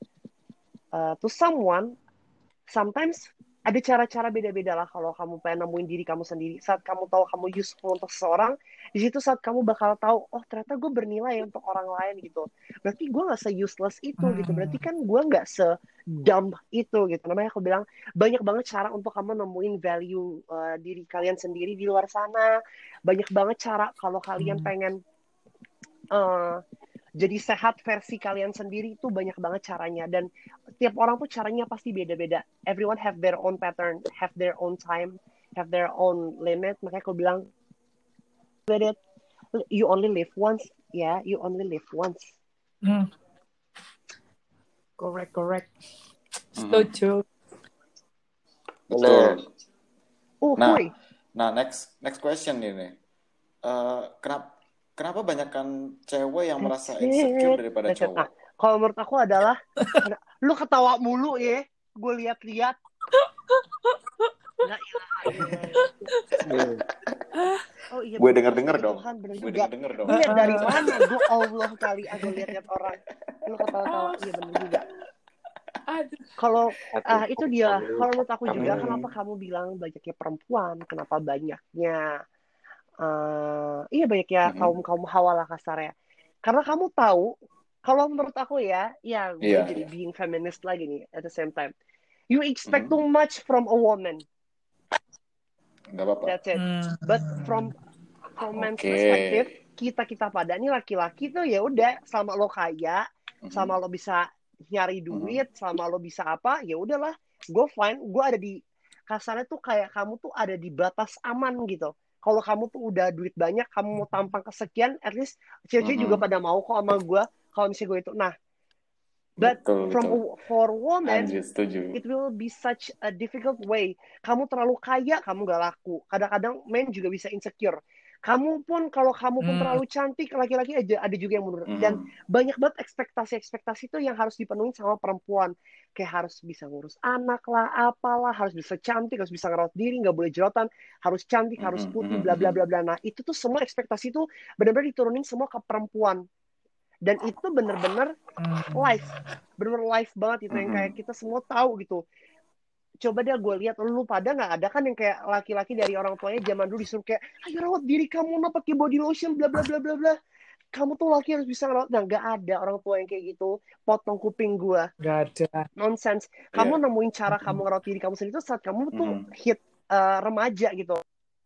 uh, to someone, sometimes ada cara-cara beda-beda lah kalau kamu pengen nemuin diri kamu sendiri. Saat kamu tahu kamu useful untuk seseorang, Di situ saat kamu bakal tahu, oh ternyata gue bernilai untuk orang lain gitu. Berarti gue nggak se-useless itu gitu. Berarti kan gue nggak se-dumb itu gitu. Namanya aku bilang banyak banget cara untuk kamu nemuin value uh, diri kalian sendiri di luar sana. Banyak banget cara kalau kalian pengen uh, jadi sehat versi kalian sendiri itu banyak banget caranya. Dan tiap orang tuh caranya pasti beda-beda. Everyone have their own pattern, have their own time, have their own limit. Makanya aku bilang, it. You only live once, ya. Yeah, you only live once.
Hmm. Correct, correct. Setuju.
Betul.
Oh,
nah,
hui.
nah next next question ini. Uh, kenapa kenapa banyakkan cewek yang
That's
merasa insecure
it.
daripada
That's it.
cowok?
Nah, kalau menurut aku adalah lu ketawa mulu ya. Gue lihat-lihat. Nggak Oh iya,
gue denger-denger dong.
Tuhan, bener
gue
juga.
denger-denger dong.
Lu lihat dari mana? Gue Allah kali aku lihat-lihat orang. Lu ketawa-tawa, iya bener juga. Kalau uh, itu dia, kalau menurut aku juga, kenapa kamu bilang banyaknya perempuan, kenapa banyaknya, uh, iya banyaknya mm-hmm. kaum kaum hawa lah kasarnya. Karena kamu tahu, kalau menurut aku ya, ya gue yeah, jadi yeah. being feminist lagi nih at the same time. You expect mm-hmm. too much from a woman.
Gak apa-apa.
That's it. But from from men's okay. perspective, kita kita pada nih laki-laki tuh ya udah, selama lo kaya, mm-hmm. selama lo bisa nyari duit, mm-hmm. selama lo bisa apa, ya udahlah, gue fine. Gue ada di kasarnya tuh kayak kamu tuh ada di batas aman gitu. Kalau kamu tuh udah duit banyak, kamu mau tampang kesekian, at least cewek-cewek mm-hmm. juga pada mau kok sama gue. Kalau misalnya gue itu, nah. But betul, from betul. for women, Anjir, it will be such a difficult way. Kamu terlalu kaya, kamu gak laku. Kadang-kadang men juga bisa insecure. Kamu pun, kalau kamu pun hmm. terlalu cantik, laki-laki aja ada juga yang menurut. Hmm. Dan banyak banget ekspektasi-ekspektasi itu yang harus dipenuhi sama perempuan. Kayak harus bisa ngurus anak lah, apalah, harus bisa cantik, harus bisa ngerawat diri, gak boleh jerotan, harus cantik, hmm. harus putih, bla bla bla bla. Nah, itu tuh semua ekspektasi itu benar-benar diturunin semua ke perempuan. Dan itu bener-bener live, bener-bener live banget itu, yang kayak kita semua tahu gitu. Coba deh gue lihat, lu pada nggak ada kan yang kayak laki-laki dari orang tuanya zaman dulu disuruh kayak, ayo rawat diri kamu, nah pakai body lotion, bla bla bla bla bla. Kamu tuh laki harus bisa ngerawat. Nah, nggak ada orang tua yang kayak gitu. Potong kuping gue.
Nggak ada.
Nonsense. Kamu yeah. nemuin cara mm-hmm. kamu ngerawat diri kamu sendiri itu saat kamu tuh mm-hmm. hit uh, remaja gitu.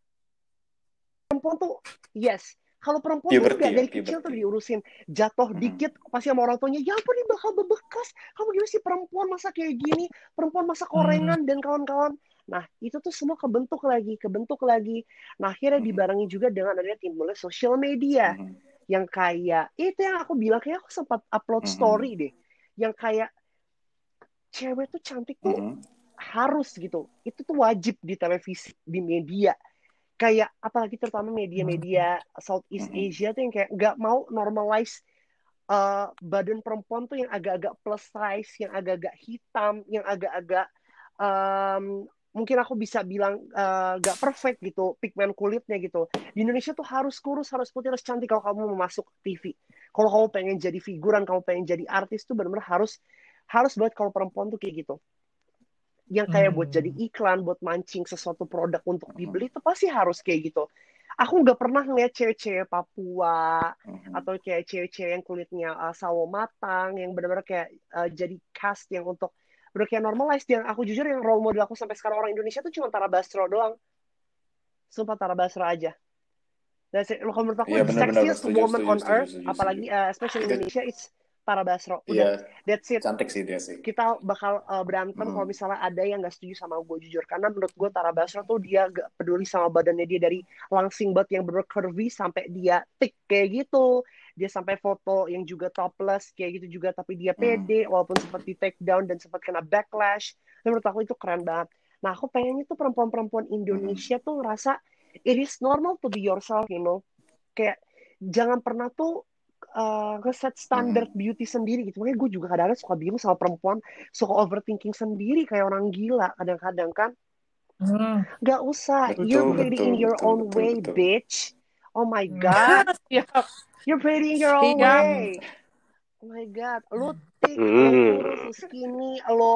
Perempuan tuh, yes. Kalau perempuan tuh enggak, dari ya, kecil tuh diurusin. Jatuh hmm. dikit, pasti sama orang tuanya, ya ampun ini bakal bebekas. Kamu gimana sih perempuan masa kayak gini? Perempuan masa korengan hmm. dan kawan-kawan. Nah, itu tuh semua kebentuk lagi, kebentuk lagi. Nah, akhirnya hmm. dibarengi juga dengan adanya timbulnya social media. Hmm. Yang kayak, itu yang aku bilang, kayak aku sempat upload hmm. story deh. Yang kayak, cewek tuh cantik tuh hmm. harus gitu. Itu tuh wajib di televisi, di media. Kayak apalagi terutama media-media Southeast mm-hmm. Asia tuh yang kayak nggak mau normalize uh, badan perempuan tuh yang agak-agak plus size, yang agak-agak hitam, yang agak-agak um, mungkin aku bisa bilang nggak uh, perfect gitu, pigmen kulitnya gitu. Di Indonesia tuh harus kurus, harus putih, harus cantik kalau kamu mau masuk T V. Kalau kamu pengen jadi figuran, kamu pengen jadi artis tuh benar-benar harus harus banget kalau perempuan tuh kayak gitu. Yang kayak hmm. buat jadi iklan, buat mancing sesuatu produk untuk dibeli, itu pasti harus kayak gitu. Aku nggak pernah ngeliat cewek-cewek Papua, hmm. atau kayak cewek-cewek yang kulitnya uh, sawo matang, yang benar-benar kayak uh, jadi cast yang untuk, benar kayak normalize. Yang aku jujur, yang role model aku sampai sekarang orang Indonesia tuh cuma Tara Basro doang. Sumpah Tara Basro aja. Dan kalau menurut aku,
ya,
the sexiest woman on earth, apalagi uh, especially Indonesia, it's Tara Basro. Udah, yeah, that's it.
Cantik sih dia sih.
Kita bakal uh, berantem mm. kalau misalnya ada yang gak setuju sama gue, jujur. Karena menurut gue Tara Basro tuh dia gak peduli sama badannya dia, dari langsing banget yang bener curvy sampai dia thick kayak gitu. Dia sampai foto yang juga topless kayak gitu juga, tapi dia pede mm. walaupun sempat di take down dan sempat kena backlash. Dan menurut aku itu keren banget. Nah, aku pengennya tuh perempuan-perempuan Indonesia mm. tuh ngerasa it is normal to be yourself, you know. Kayak jangan pernah tuh Uh, ngeset standar hmm. beauty sendiri gitu. Makanya gue juga kadang-kadang suka bingung sama perempuan, suka overthinking sendiri kayak orang gila kadang-kadang kan. Hmm. Gak usah. Betul, You're pretty betul, in your betul, own betul, way, betul. bitch. Oh my god. You're pretty in your own way. Oh my god. Lo thick, lo kurus, lo skinny, lo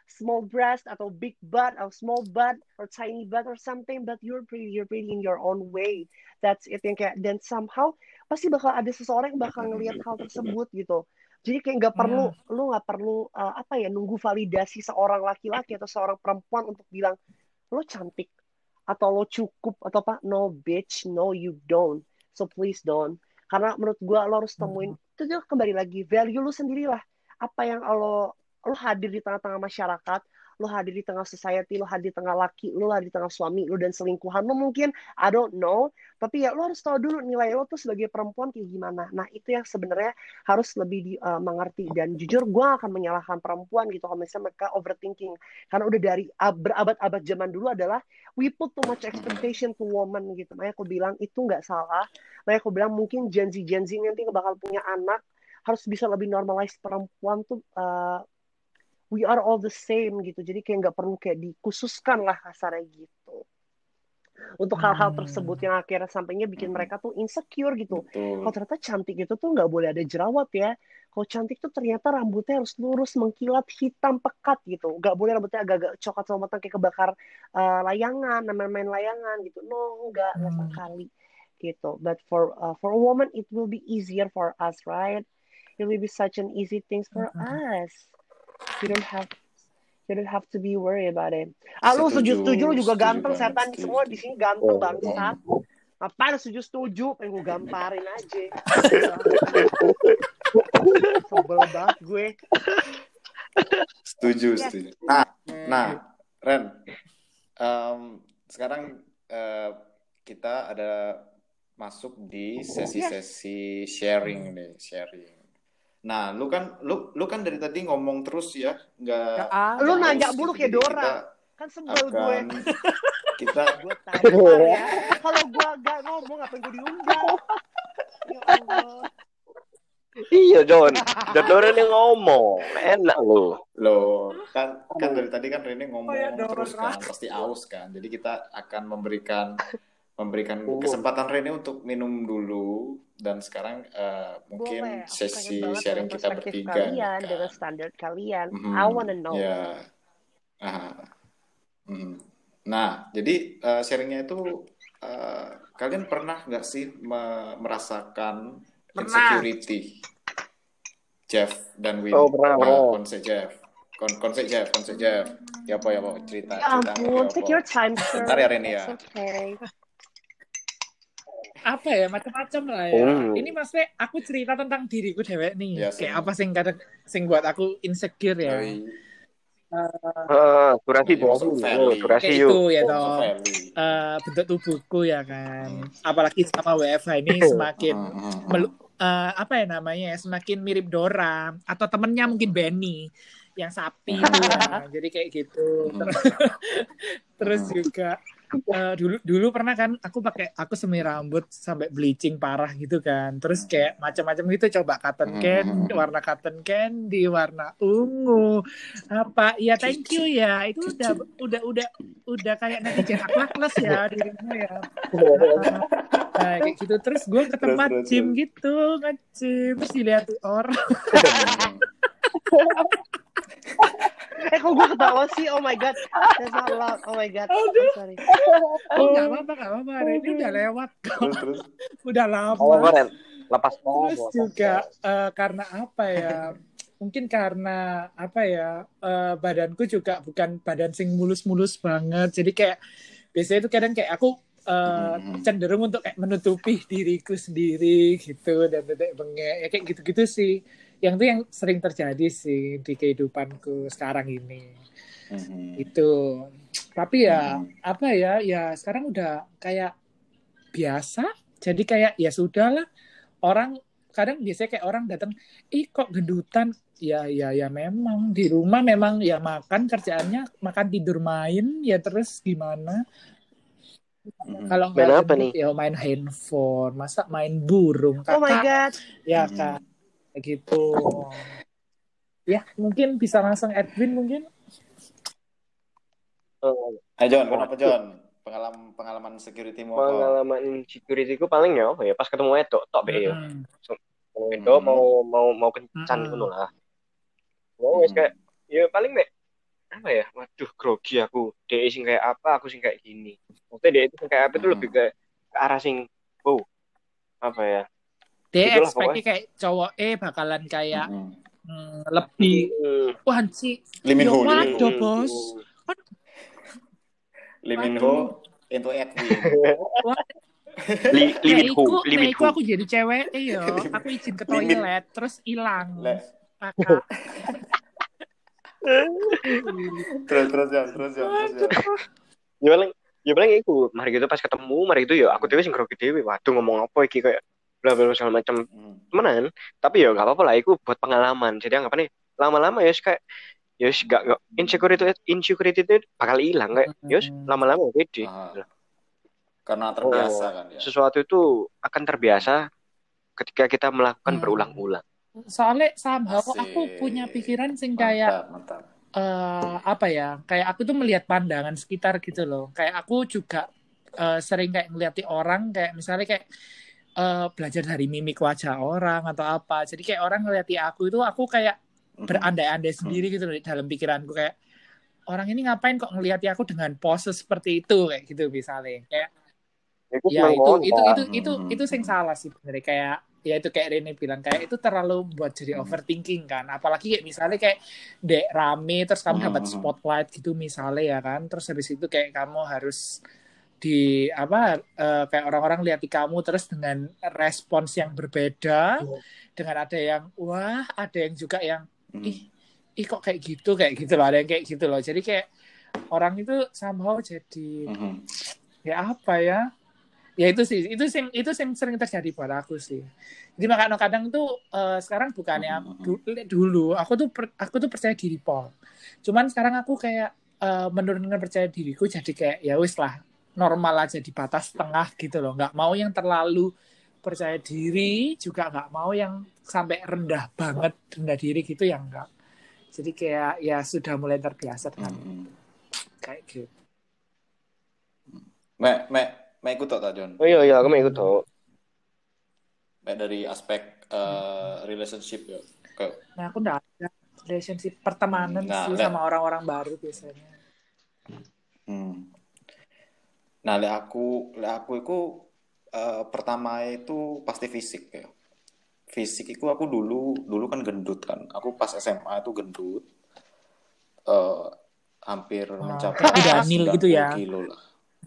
small breast atau big butt atau small butt or tiny butt or something, but you're pretty, you're pretty in your own way. That's it yang kayak, dan somehow pasti bakal ada seseorang yang bakal ngelihat hal tersebut gitu. Jadi kayak nggak perlu,
Hmm.
lu nggak perlu uh, apa ya nunggu validasi seorang laki-laki atau seorang perempuan untuk bilang lo cantik atau lo cukup atau apa. No bitch, no you don't. So please don't. Karena menurut gue lo harus temuin itu juga kembali lagi value lu sendiri lah. Apa yang lo lo hadir di tengah-tengah masyarakat, lo hadir di tengah society, lo hadir di tengah laki, lo hadir di tengah suami lo dan selingkuhan lo mungkin, I don't know. Tapi ya lo harus tahu dulu nilai lo tuh sebagai perempuan kayak gimana. Nah itu yang sebenarnya harus lebih di, uh, mengerti. Dan jujur gue akan menyalahkan perempuan gitu kalau misalnya mereka overthinking. Karena udah dari uh, berabad-abad zaman dulu adalah we put too much expectation to woman gitu. Makanya aku bilang itu nggak salah. Makanya aku bilang mungkin Gen Z Gen Z nanti bakal punya anak harus bisa lebih normalize perempuan tuh uh, we are all the same gitu. Jadi kayak nggak perlu kayak dikhususkan lah kasarnya gitu. Untuk hal-hal tersebut yang akhirnya sampainya bikin mereka tuh insecure gitu.
Betul.
Kalau ternyata cantik itu tuh nggak boleh ada jerawat ya. Kalau cantik tuh ternyata rambutnya harus lurus, mengkilat, hitam, pekat gitu. Nggak boleh rambutnya agak-agak coklat sama matang kayak kebakar uh, layangan, main-main layangan gitu. No, nggak, nggak
Hmm.
sekali gitu. But for uh, for a woman, it will be easier for us, right? It will be such an easy things for us. You don't have You don't have to be worried about it. Ah, lu
Setuju,
setuju-setuju lu juga
setuju
ganteng,
banget,
setan.
setuju,
Semua di
setuju.
sini ganteng
Oh.
bangsat. Apaan setuju-setuju? Pengen gue gamparin aja. Sebel banget gue.
Setuju,
Yes.
setuju. Nah, nah, Ren, em, sekarang eh, kita ada masuk di sesi-sesi sharing nih, sharing. Nah, lu kan, lu, lu kan dari tadi ngomong terus ya, nggak,
Gak ada.
Lu
nggak
nanya
haus
mulu
gitu.
kayak
Jadi
Dora.
kita
Kan sebel gue.
akan, kita,
Gue tampar ya. Kalau gue gak ngomong, ngapain gue diundang? Ya Allah.
Iya, John. John Dora ini ngomong. Enak lu.
loh, kan, kan dari tadi kan Rene ngomong
Oh ya, Dora.
terus kan, pasti aus kan. Jadi kita akan memberikan, memberikan kesempatan Rene untuk minum dulu. Dan sekarang eh, mungkin
Boleh. Aku pengen
sesi
banget
sharing
dengan
kita
perspektif
bertiga nih
kalian,
kan.
dengan standar kalian.
Mhm,
I wanna know.
ya. Ah, mhm. Nah, jadi eh, sharingnya itu eh, kalian pernah nggak sih me- merasakan
Pernah.
insecurity, Jeff dan Win?
Oh, pernah,
Nah,
pernah.
konsep Jeff, Kon konsep Jeff, konsep Jeff. Ya apa ya apa cerita
Ya
cerita
ampun,
ya
take
apa?
your time, sir.
Bentar ya Reni ya.
It's okay.
Apa ya, macam-macam lah ya.
Hmm.
Ini maksudnya aku cerita tentang diriku dewek nih.
Ya,
Kayak
semua.
apa sing kadang sing buat aku insecure ya.
Oi,
Ah, durasi
Ayo, masuk
dulu.
Valley.
Durasi
Kayak
yuk.
itu ya
Masuk
toh.
Valley.
Eh, bentuk tubuhku ya kan. Apalagi sama W F H ini semakin
Mhm, mhm,
melu- eh, apa ya namanya ya, semakin mirip Dora atau temennya mungkin Benny yang sapi itu ya. Jadi kayak gitu.
mhm.
Terus, terus juga eh, dulu dulu pernah kan aku pakai aku semir rambut sampai bleaching parah gitu kan. Terus kayak macam-macam gitu, coba cotton candy, warna cotton candy, warna ungu. Apa? Ya thank you ya. Itu udah udah udah udah kayak netizen akhlakles ya dirimu ya. Nah, nah, kayak gitu. Terus gue ke tempat
Terus, terus,
gym
terus.
gitu, nge-gym, terus dilihat orang.
Eh kok gue ketawa sih? Oh my god, that's not loud. Oh my god, I'm sorry.
Oh nggak apa-apa, nggak apa-apa. Ini udah lewat kok.
Terus, terus.
Udah
Oh,
lama.
keren. Lepas
Terus
ngomong.
juga eh, karena apa ya? Mungkin karena apa ya? eh, badanku juga bukan badan sing mulus-mulus banget. Jadi kayak biasanya itu kadang kayak aku eh,
Mhm.
cenderung untuk kayak menutupi diriku sendiri gitu dan tidak bengek. Ya kayak gitu-gitu sih. Yang itu yang sering terjadi sih di kehidupanku sekarang ini.
Mhm.
Itu. Tapi ya
Mhm.
apa ya? Ya sekarang udah kayak biasa. Jadi kayak ya sudahlah. Orang kadang biasanya kayak orang datang, ih kok gendutan? Ya ya ya memang di rumah memang ya makan kerjaannya makan tidur main ya terus gimana?
Mhm.
Kalau
Main
nggak
apa
gendut
nih?
ya main handphone, masa main burung
Oh my
kakak
god.
ya
Mhm.
kak kayak gitu. Ya mungkin bisa langsung Edwin mungkin.
Eh,
Eh John, kenapa John? Pengalaman pengalaman security-mu apa?
Pengalaman insecurity ku paling ya apa ya pas ketemu Edo tok be yo.
Mm-mm.
Ketemu Edo
Mhm.
mau mau mau kencan
Mm-mm.
ngono lah. Mau wis
Mhm.
kayak ya paling be apa ya? Waduh, grogi aku. Dia sing kayak apa, aku sing kayak gini. Maksudnya dia itu sing kayak apa itu lebih
Mm-mm.
ke, ke arah sing wow, apa ya?
Dia
Gitulah
expect-nya
pokoknya.
kayak cowok eh bakalan kayak
Mm-mm.
hmm, lebih
Hmm.
wah si
Lee Min
yo
Ho, Lee Min Ho.
waduh
Hmm.
bos.
Lee Min
Waduh.
Ho into Edwin.
Wah,
Li Li
nek
Min Ho,
iku,
Li
nek
Min
iku
Ho.
aku jadi cewek eh yo, aku izin ke
Lee Min
toilet terus hilang.
Le-
Kakak.
terus terus Jan, terus Jan, terus Jan.
Waduh.
Ya paling ya paling iku. Mari gitu pas ketemu, mari itu ya aku dhewe sing grogi dhewe. Waduh ngomong apa iki kayak bla bla segala macam
Mm.
temenan. Tapi ya gak apa-apa lah iku buat pengalaman. Jadi anggapannya lama-lama ya kayak ya wis gak gak insecurity insecurity itu bakal hilang kayak ya wis lama-lama pede.
Ah, karena terbiasa kan ya.
Sesuatu itu akan terbiasa ketika kita melakukan
Hmm.
berulang-ulang.
Soalnya somehow
Asik.
aku punya pikiran sing kayak
Mantap, mantap.
eh apa ya, kayak aku tuh melihat pandangan sekitar gitu loh. Kayak aku juga eh, sering kayak ngeliati orang kayak misalnya kayak eh, belajar dari mimik wajah orang atau apa. Jadi kayak orang ngeliati aku itu aku kayak berandai-andai sendiri gitu loh di dalam pikiranku kayak orang ini ngapain kok ngeliati aku dengan pose seperti itu kayak gitu misalnya. Kayak
Itu
ya
seneng
itu
banget,
itu
Pak.
itu itu itu sing salah sih bener kayak ya itu kayak Rene bilang kayak itu terlalu buat jadi overthinking kan, apalagi kayak misalnya kayak dek rame terus kamu dapat spotlight gitu misalnya ya kan, terus habis itu kayak kamu harus di apa eh, kayak orang-orang lihat di kamu terus dengan respons yang berbeda, dengan ada yang wah ada yang juga yang ih ih kok kayak gitu kayak gitu loh, ada yang kayak gitu loh, jadi kayak orang itu somehow jadi ya apa ya ya itu sih itu sing itu sing sering terjadi buat aku sih. Jadi makanya kadang tuh uh, sekarang bukannya aku, dulu aku tuh per, aku tuh percaya diri Paul, cuman sekarang aku kayak uh, menurunkan percaya diriku jadi kayak ya wis lah normal aja di batas tengah gitu loh, nggak mau yang terlalu percaya diri juga nggak mau yang sampai rendah banget rendah diri gitu yang enggak, jadi kayak ya sudah mulai terbiasa dengan kayak gitu.
Mek, mek, mek ikut tak, John?
Oh iya, iya, aku mau ikut tuh.
Mek dari aspek uh, relationship ya. Ke...
Nah, aku enggak ada relationship pertemanan nah, sih le... sama orang-orang baru biasanya.
Hmm. Nah, le aku, le aku itu uh, pertama itu pasti fisik ya. Fisik itu aku dulu, dulu kan gendut kan. Aku pas S M A itu gendut. Uh, hampir oh, mencapai
sembilan puluh gitu ya.
Kilo lah.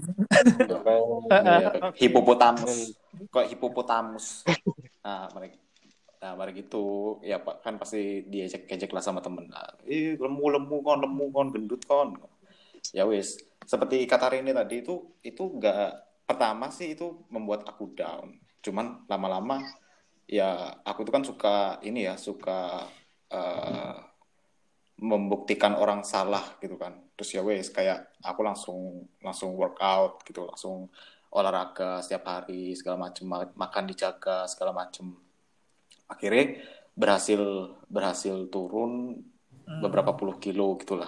Ya, hipopotamus kok hipopotamus nah mereka nah mereka gitu ya Pak kan pasti diajak-ajak lah sama temen lah, ih lemu lemu kon lemu kon gendut kon ya wis seperti kata Rene tadi itu itu nggak pertama sih itu membuat aku down, cuman lama-lama ya aku tuh kan suka ini ya suka uh, membuktikan orang salah gitu kan, terus ya wes kayak aku langsung langsung workout gitu, langsung olahraga setiap hari segala macem, makan dijaga segala macem, akhirnya berhasil berhasil turun beberapa puluh kilo gitulah.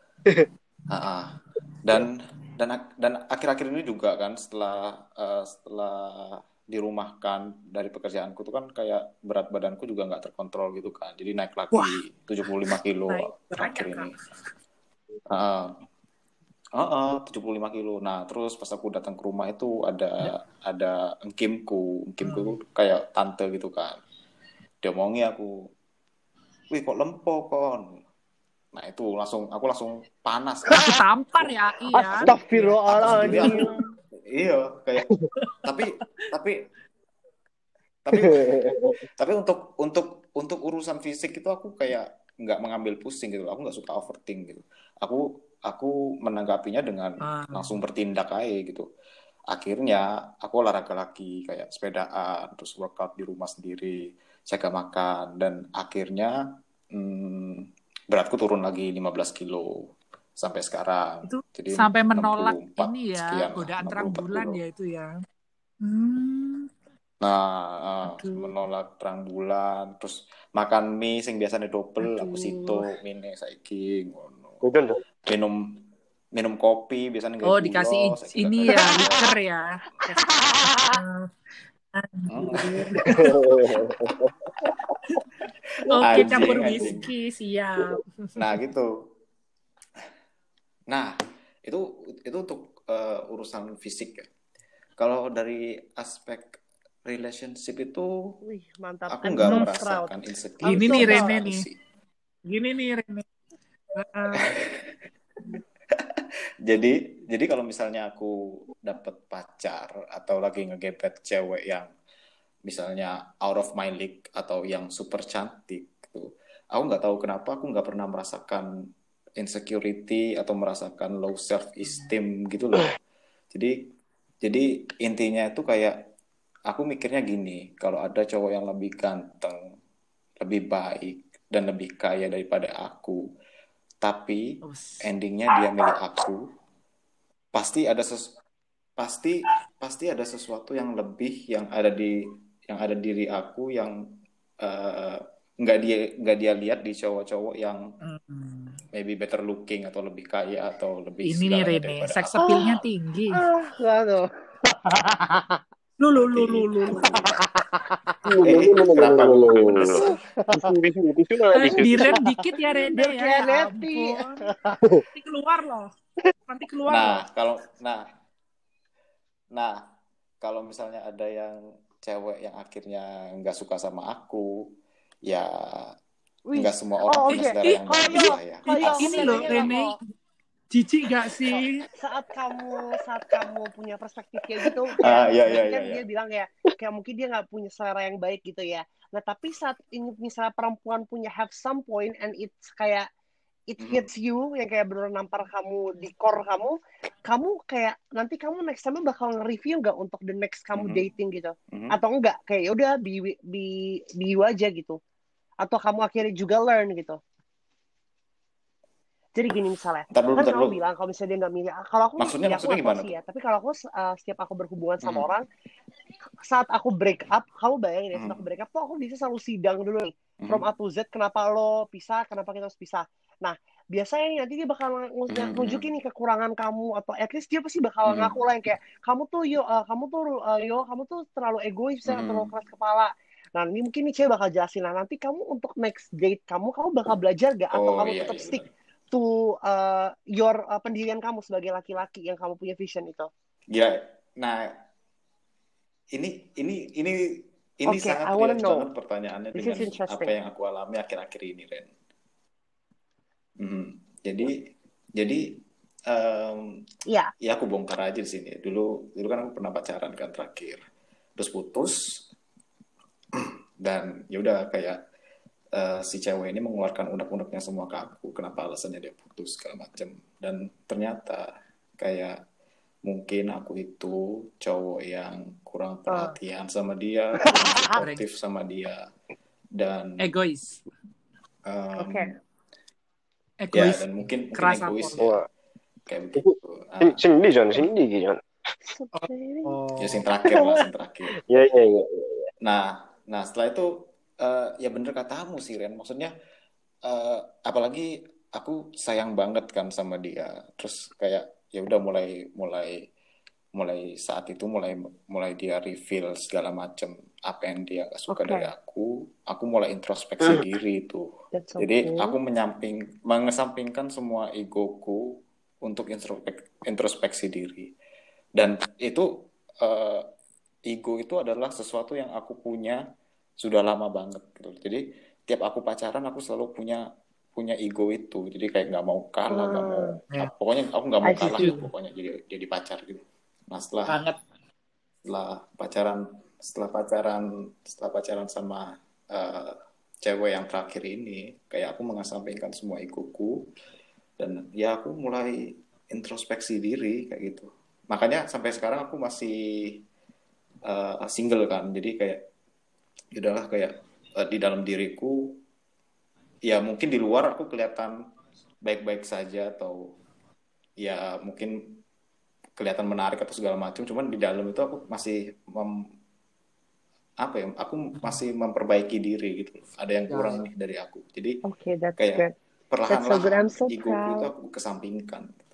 dan dan dan akhir-akhir ini juga kan setelah uh, setelah dirumahkan dari pekerjaanku tuh kan kayak berat badanku juga nggak terkontrol gitu kan, jadi naik lagi Wah. tujuh puluh lima kilo akhir ini. Uh, uh, uh, tujuh puluh lima kilo. Nah terus pas aku datang ke rumah itu ada ya. ada engkimku, engkimku hmm. kayak tante gitu kan, dia omongi aku, wih kok lempo kon. Nah itu langsung aku langsung panas.
Kan? Aku tampar ya, iya.
Astagfirullahaladzim.
Iya, kayak tapi tapi tapi tapi untuk untuk untuk urusan fisik itu aku kayak nggak mengambil pusing gitu, aku nggak suka overthink gitu. Aku aku menanggapinya dengan ah. langsung bertindak aja gitu. Akhirnya aku olahraga lagi kayak sepedaan, terus workout di rumah sendiri, jaga makan, dan akhirnya hmm, beratku turun lagi lima belas kilo. Sampai sekarang
itu
jadi
sampai menolak ini ya godaan terang bulan
kilo.
Ya itu ya hmm.
Nah uh, menolak terang bulan, terus makan mie sing biasanya double aku situ mie saiki ngono, minum minum kopi biasanya nggak
oh dikasih gula, ini ya liker ya oke campur whisky siap.
Nah gitu. Nah, itu itu untuk uh, urusan fisik ya. Kalau dari aspek relationship itu
Wih, mantap.
aku
I'm
nggak
so
merasakan
proud.
insecure
I'm
Gini
so
nih
sama
Rene
proud.
sekali
nih.
sih.
Gini nih Rene. Uh,
Jadi jadi kalau misalnya aku dapat pacar atau lagi ngegebet cewek yang misalnya out of my league atau yang super cantik gitu, aku nggak tahu kenapa aku nggak pernah merasakan insecurity atau merasakan low self esteem gitu loh. Jadi jadi intinya itu kayak aku mikirnya gini, kalau ada cowok yang lebih ganteng, lebih baik dan lebih kaya daripada aku, tapi
us.
endingnya dia milih aku, pasti ada ses pasti pasti ada sesuatu yang lebih yang ada di yang ada diri aku yang eh, nggak dia nggak dia lihat di cowok-cowok yang
Hmm.
maybe better looking atau lebih kaya atau lebih
Ini nih
segalanya
Rene,
daripada
sex
aku.
appeal-nya
Ah,
tinggi.
ah, nggak tuh.
Lu lu
Seperti
lu lu lu.
itu. Eh, eh, kenapa pedes?
Tisu, tisu malah
Eh,
tisu.
direm dikit ya Rene
Biar
ya,
kayak
ya
Neti.
ampun. Nanti keluar loh. Nanti keluar
Nah,
loh.
kalau nah nah kalau misalnya ada yang cewek yang akhirnya nggak suka sama aku, ya
Wih.
nggak semua orang
Oh,
punya
oke.
selera
Ih,
yang
Kalau
bagus
yo,
lah ya.
kalau yo, aku
ini
boleh
loh
nanya nggak
Rene,
kok?
jijik gak
Kok
sih?
saat kamu saat kamu punya perspektif kayak gitu,
Ah,
kayak
iya,
tadi
iya,
kan
iya,
dia
iya.
bilang ya, kayak mungkin dia nggak punya selera yang baik gitu ya. Nah, tapi saat ini misalnya perempuan punya have some point and it's kayak it
Mhm.
hits you, yang kayak bener nampar kamu di core kamu, kamu kayak nanti kamu next time bakal nge-review nggak untuk the next kamu
Mhm.
dating gitu,
Mhm.
atau enggak kayak yaudah be be be you aja gitu, atau kamu akhirnya juga learn gitu. Jadi gini misalnya,
Ntar dulu,
kan
ntar
kamu
dulu.
bilang kalau misalnya dia nggak milih, kalau aku
Maksudnya,
ya aku
maksudnya
nggak tahu
gimana
sih
tuh?
ya, tapi kalau aku uh, setiap aku berhubungan sama
Mhm.
orang, saat aku break up, kamu bayangin ya, saat aku
Mhm.
break up tuh aku bisa selalu sidang dulu nih, from A
Mhm.
to Z, kenapa lo pisah, kenapa kita harus pisah. Nah, biasanya nih, nanti dia bakal ngu-
Mhm.
nunjukin nih kekurangan kamu, atau at least dia pasti bakal
Mhm.
ngaku lah yang kayak, kamu tuh yo, uh, kamu tuh uh, yo, kamu tuh terlalu egois, bisa terlalu
Mhm.
keras kepala. Nah, ini mungkin nih cewek bakal jelasin lah, nanti kamu untuk next date kamu, kamu bakal belajar gak, atau
Oh
kamu
iya,
tetap
iya
stick
benar.
to uh, your uh, pendirian kamu sebagai laki-laki yang kamu punya vision itu.
Gila. Nah, ini ini ini ini
Oke,
sangat
I wanna
relate
know.
banget pertanyaannya
This
dengan
is
apa
interesting.
yang aku alami akhir-akhir ini, Ren. Mhm. Jadi jadi em,
Iya.
ya aku bongkar aja di sini. Dulu dulu kan aku pernah pacaran kan terakhir. Terus putus dan ya udah kayak eh, si cewek ini mengeluarkan unek-uneknya semua ke aku. Kenapa alasannya dia putus segala macam. Dan ternyata kayak mungkin aku itu cowok yang kurang
Uh.
perhatian sama dia, kurang suportif sama dia, dan
Egois.
em,
Oke.
ya
Egois.
dan mungkin mungkin
Keras
egois
apa?
ya
Wah,
kayak
itu
begitu. Ah,
Cindy John, Cindy John.
Oh.
ya sing terakhir lah, sing terakhir.
Ya, ya, ya.
Nah, nah setelah itu eh, ya bener katamu sih Ren. Maksudnya eh, apalagi aku sayang banget kan sama dia. Terus kayak ya udah mulai mulai mulai saat itu mulai mulai dia reveal segala macam apa yang dia gak suka
Oke.
dari aku. Aku mulai introspeksi
Hmm.
diri itu.
That's
Jadi
okay.
aku menyamping mengesampingkan semua egoku untuk introspek- introspeksi diri. Dan itu eh, ego itu adalah sesuatu yang aku punya sudah lama banget gitu. Jadi tiap aku pacaran aku selalu punya punya ego itu. Jadi kayak nggak mau kalah, nggak mau
Hmm.
Ya,
ap- pokoknya aku nggak mau
I
kalah
see.
lah pokoknya jadi jadi pacar gitu. Nah setelah
banget.
setelah pacaran setelah pacaran setelah pacaran sama eh, cewek yang terakhir ini kayak aku mengesampingkan semua egoku dan ya aku mulai introspeksi diri kayak gitu. Makanya sampai sekarang aku masih uh, single kan. Jadi kayak udahlah kayak uh, di dalam diriku ya mungkin di luar aku kelihatan baik-baik saja atau ya mungkin kelihatan menarik atau segala macam. Cuman di dalam itu aku masih mem, apa ya? Aku masih memperbaiki diri gitu. Ada yang kurang nih dari aku. Jadi
Okay, that's
kayak
good. That's so good.
perlahan-lahan
I'm so
egoku itu
proud.
aku kesampingkan gitu.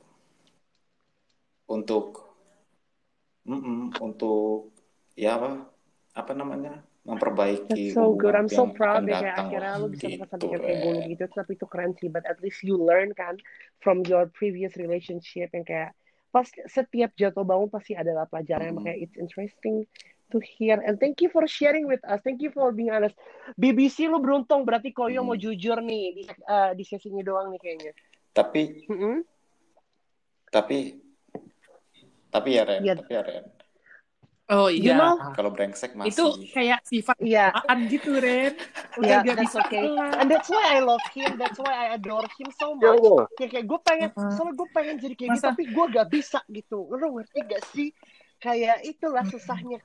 Untuk mm-mm, untuk ya apa apa namanya memperbaiki
That's so good.
hubungan
I'm so
yang
proud
akan
deh kayak
datang
akhirnya
lah
lu bisa
gitu,
sampai kayak goal
Ren.
gitu, tapi itu keren sih. But at least you learn kan from your previous relationship yang kayak pas setiap jatuh bangun pasti adalah pelajaran.
Mm-mm.
Makanya it's interesting to hear. And thank you for sharing with us. Thank you for being honest. B B C lu beruntung berarti Koyo mau
Mm.
jujur nih di uh, di sesi ini doang nih kayaknya.
Tapi
Mm-mm.
tapi tapi ya Ren,
Iya.
tapi ya Ren.
Oh
You
iya.
know,
Kalau brengsek
Itu
masih.
kayak sifat
iya.
apaan gitu, Ren. Udah
Yeah,
gak
that's
bisa
okay.
kelar.
And that's why I love him. That's why I adore him so
Yo
much.
yo.
Kayak kayak gue pengen,
Heeh.
soalnya gue pengen jadi kayak gitu,
Masa
tapi gue gak bisa gitu. Lo ngerti gak sih? Kayak itulah susahnya.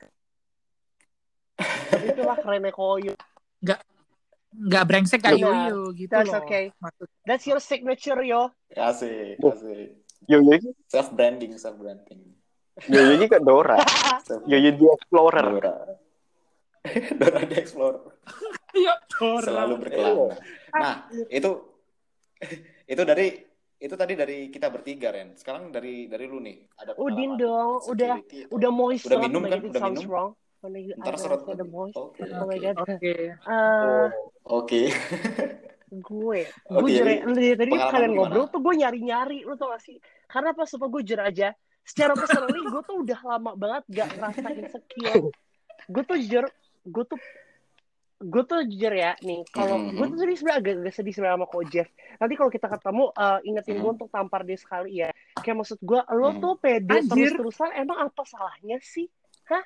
Itulah kerennya Koyo.
nggak nggak brengsek kayak
Benar.
Yoyo gitu
That's
loh.
okay.
Maksud
That's your signature, yo.
Asik,
Duh.
asik.
Yo yo ini,
Self branding, self branding.
yo yo ini kan Dora.
Self
Yo yo di Explorer.
Dora. Dora the Explorer.
Yo, Dora.
Selalu berkelana. Nah, itu itu dari itu tadi dari kita bertiga, Ren. Sekarang dari dari lu nih, ada
Udin
pengalaman
dong, udah
security atau
udah moist
udah
banget.
minum
Oh my
kan?
God, it
Udah
sounds
minum?
wrong. When I,
Ntar
I
serot
said the
lagi.
moist.
Oke,
Oh my
oke.
God.
Oke.
Uh,
Oke.
gue gue
Oke,
jujur
jadi
ya, dari tadi
pengalaman
kalian
lu
ngobrol
gimana?
tuh gue nyari-nyari, lu tau gak sih? Karena pas apa gue jujur aja, secara personally gue tuh udah lama banget gak ngerasa insecure. Gue tuh jujur, gue tuh gue tuh jujur ya nih, kalau gue tuh
Mhm.
sedih sebenarnya agak, agak sedih sebenarnya sama Ko Jeff. Nanti kalau kita ketemu, uh, ingetin gue
Mhm.
untuk tampar dia sekali ya. Kayak maksud gue, lo
Mhm.
tuh pede
Anjir.
terus-terusan, emang apa salahnya sih? Hah?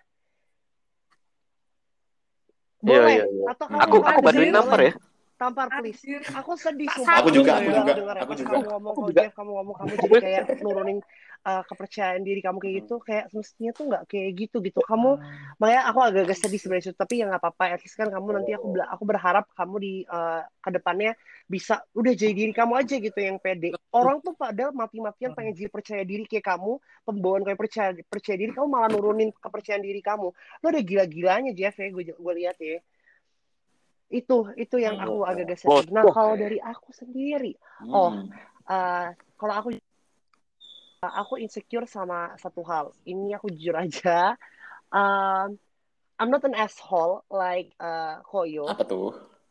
Iya
Boleh?
iya iya.
Atau
Mhm.
kamu
Aku
mau
aku
tampar?
bantuin
Anjir.
nampar
Boleh.
ya.
Tampar please.
Anjir.
Aku sedih
Tak
sumpah
Aku
pas
juga,
pas
aku
gue
juga,
denger ya,
aku
pas
juga.
kamu ngomong
Aku
Ko
juga.
Jeff, kamu ngomong kamu jadi kayak nurunin uh, kepercayaan diri kamu kayak
Mhm.
gitu, kayak semestinya tuh nggak kayak gitu gitu. Kamu, makanya aku agak-agak sedih sebenarnya, tapi ya nggak apa-apa. At least kan kamu nanti aku bela- aku berharap kamu di uh, kedepannya bisa udah jadi diri kamu aja gitu yang pede. Orang tuh padahal mati-matian pengen jadi percaya diri kayak kamu, pembawaan kayak percaya percaya diri, kamu malah nurunin kepercayaan diri kamu. Lo udah gila-gilanya Jeff ya, gue gue lihat ya. Itu itu yang aku agak-agak
Bos.
sedih. Nah, kalau dari aku sendiri, oh,
Mhm.
uh, kalau aku aku insecure sama satu hal. Ini aku jujur aja. Um, I'm not an asshole like uh, Koyo,
Apa tuh?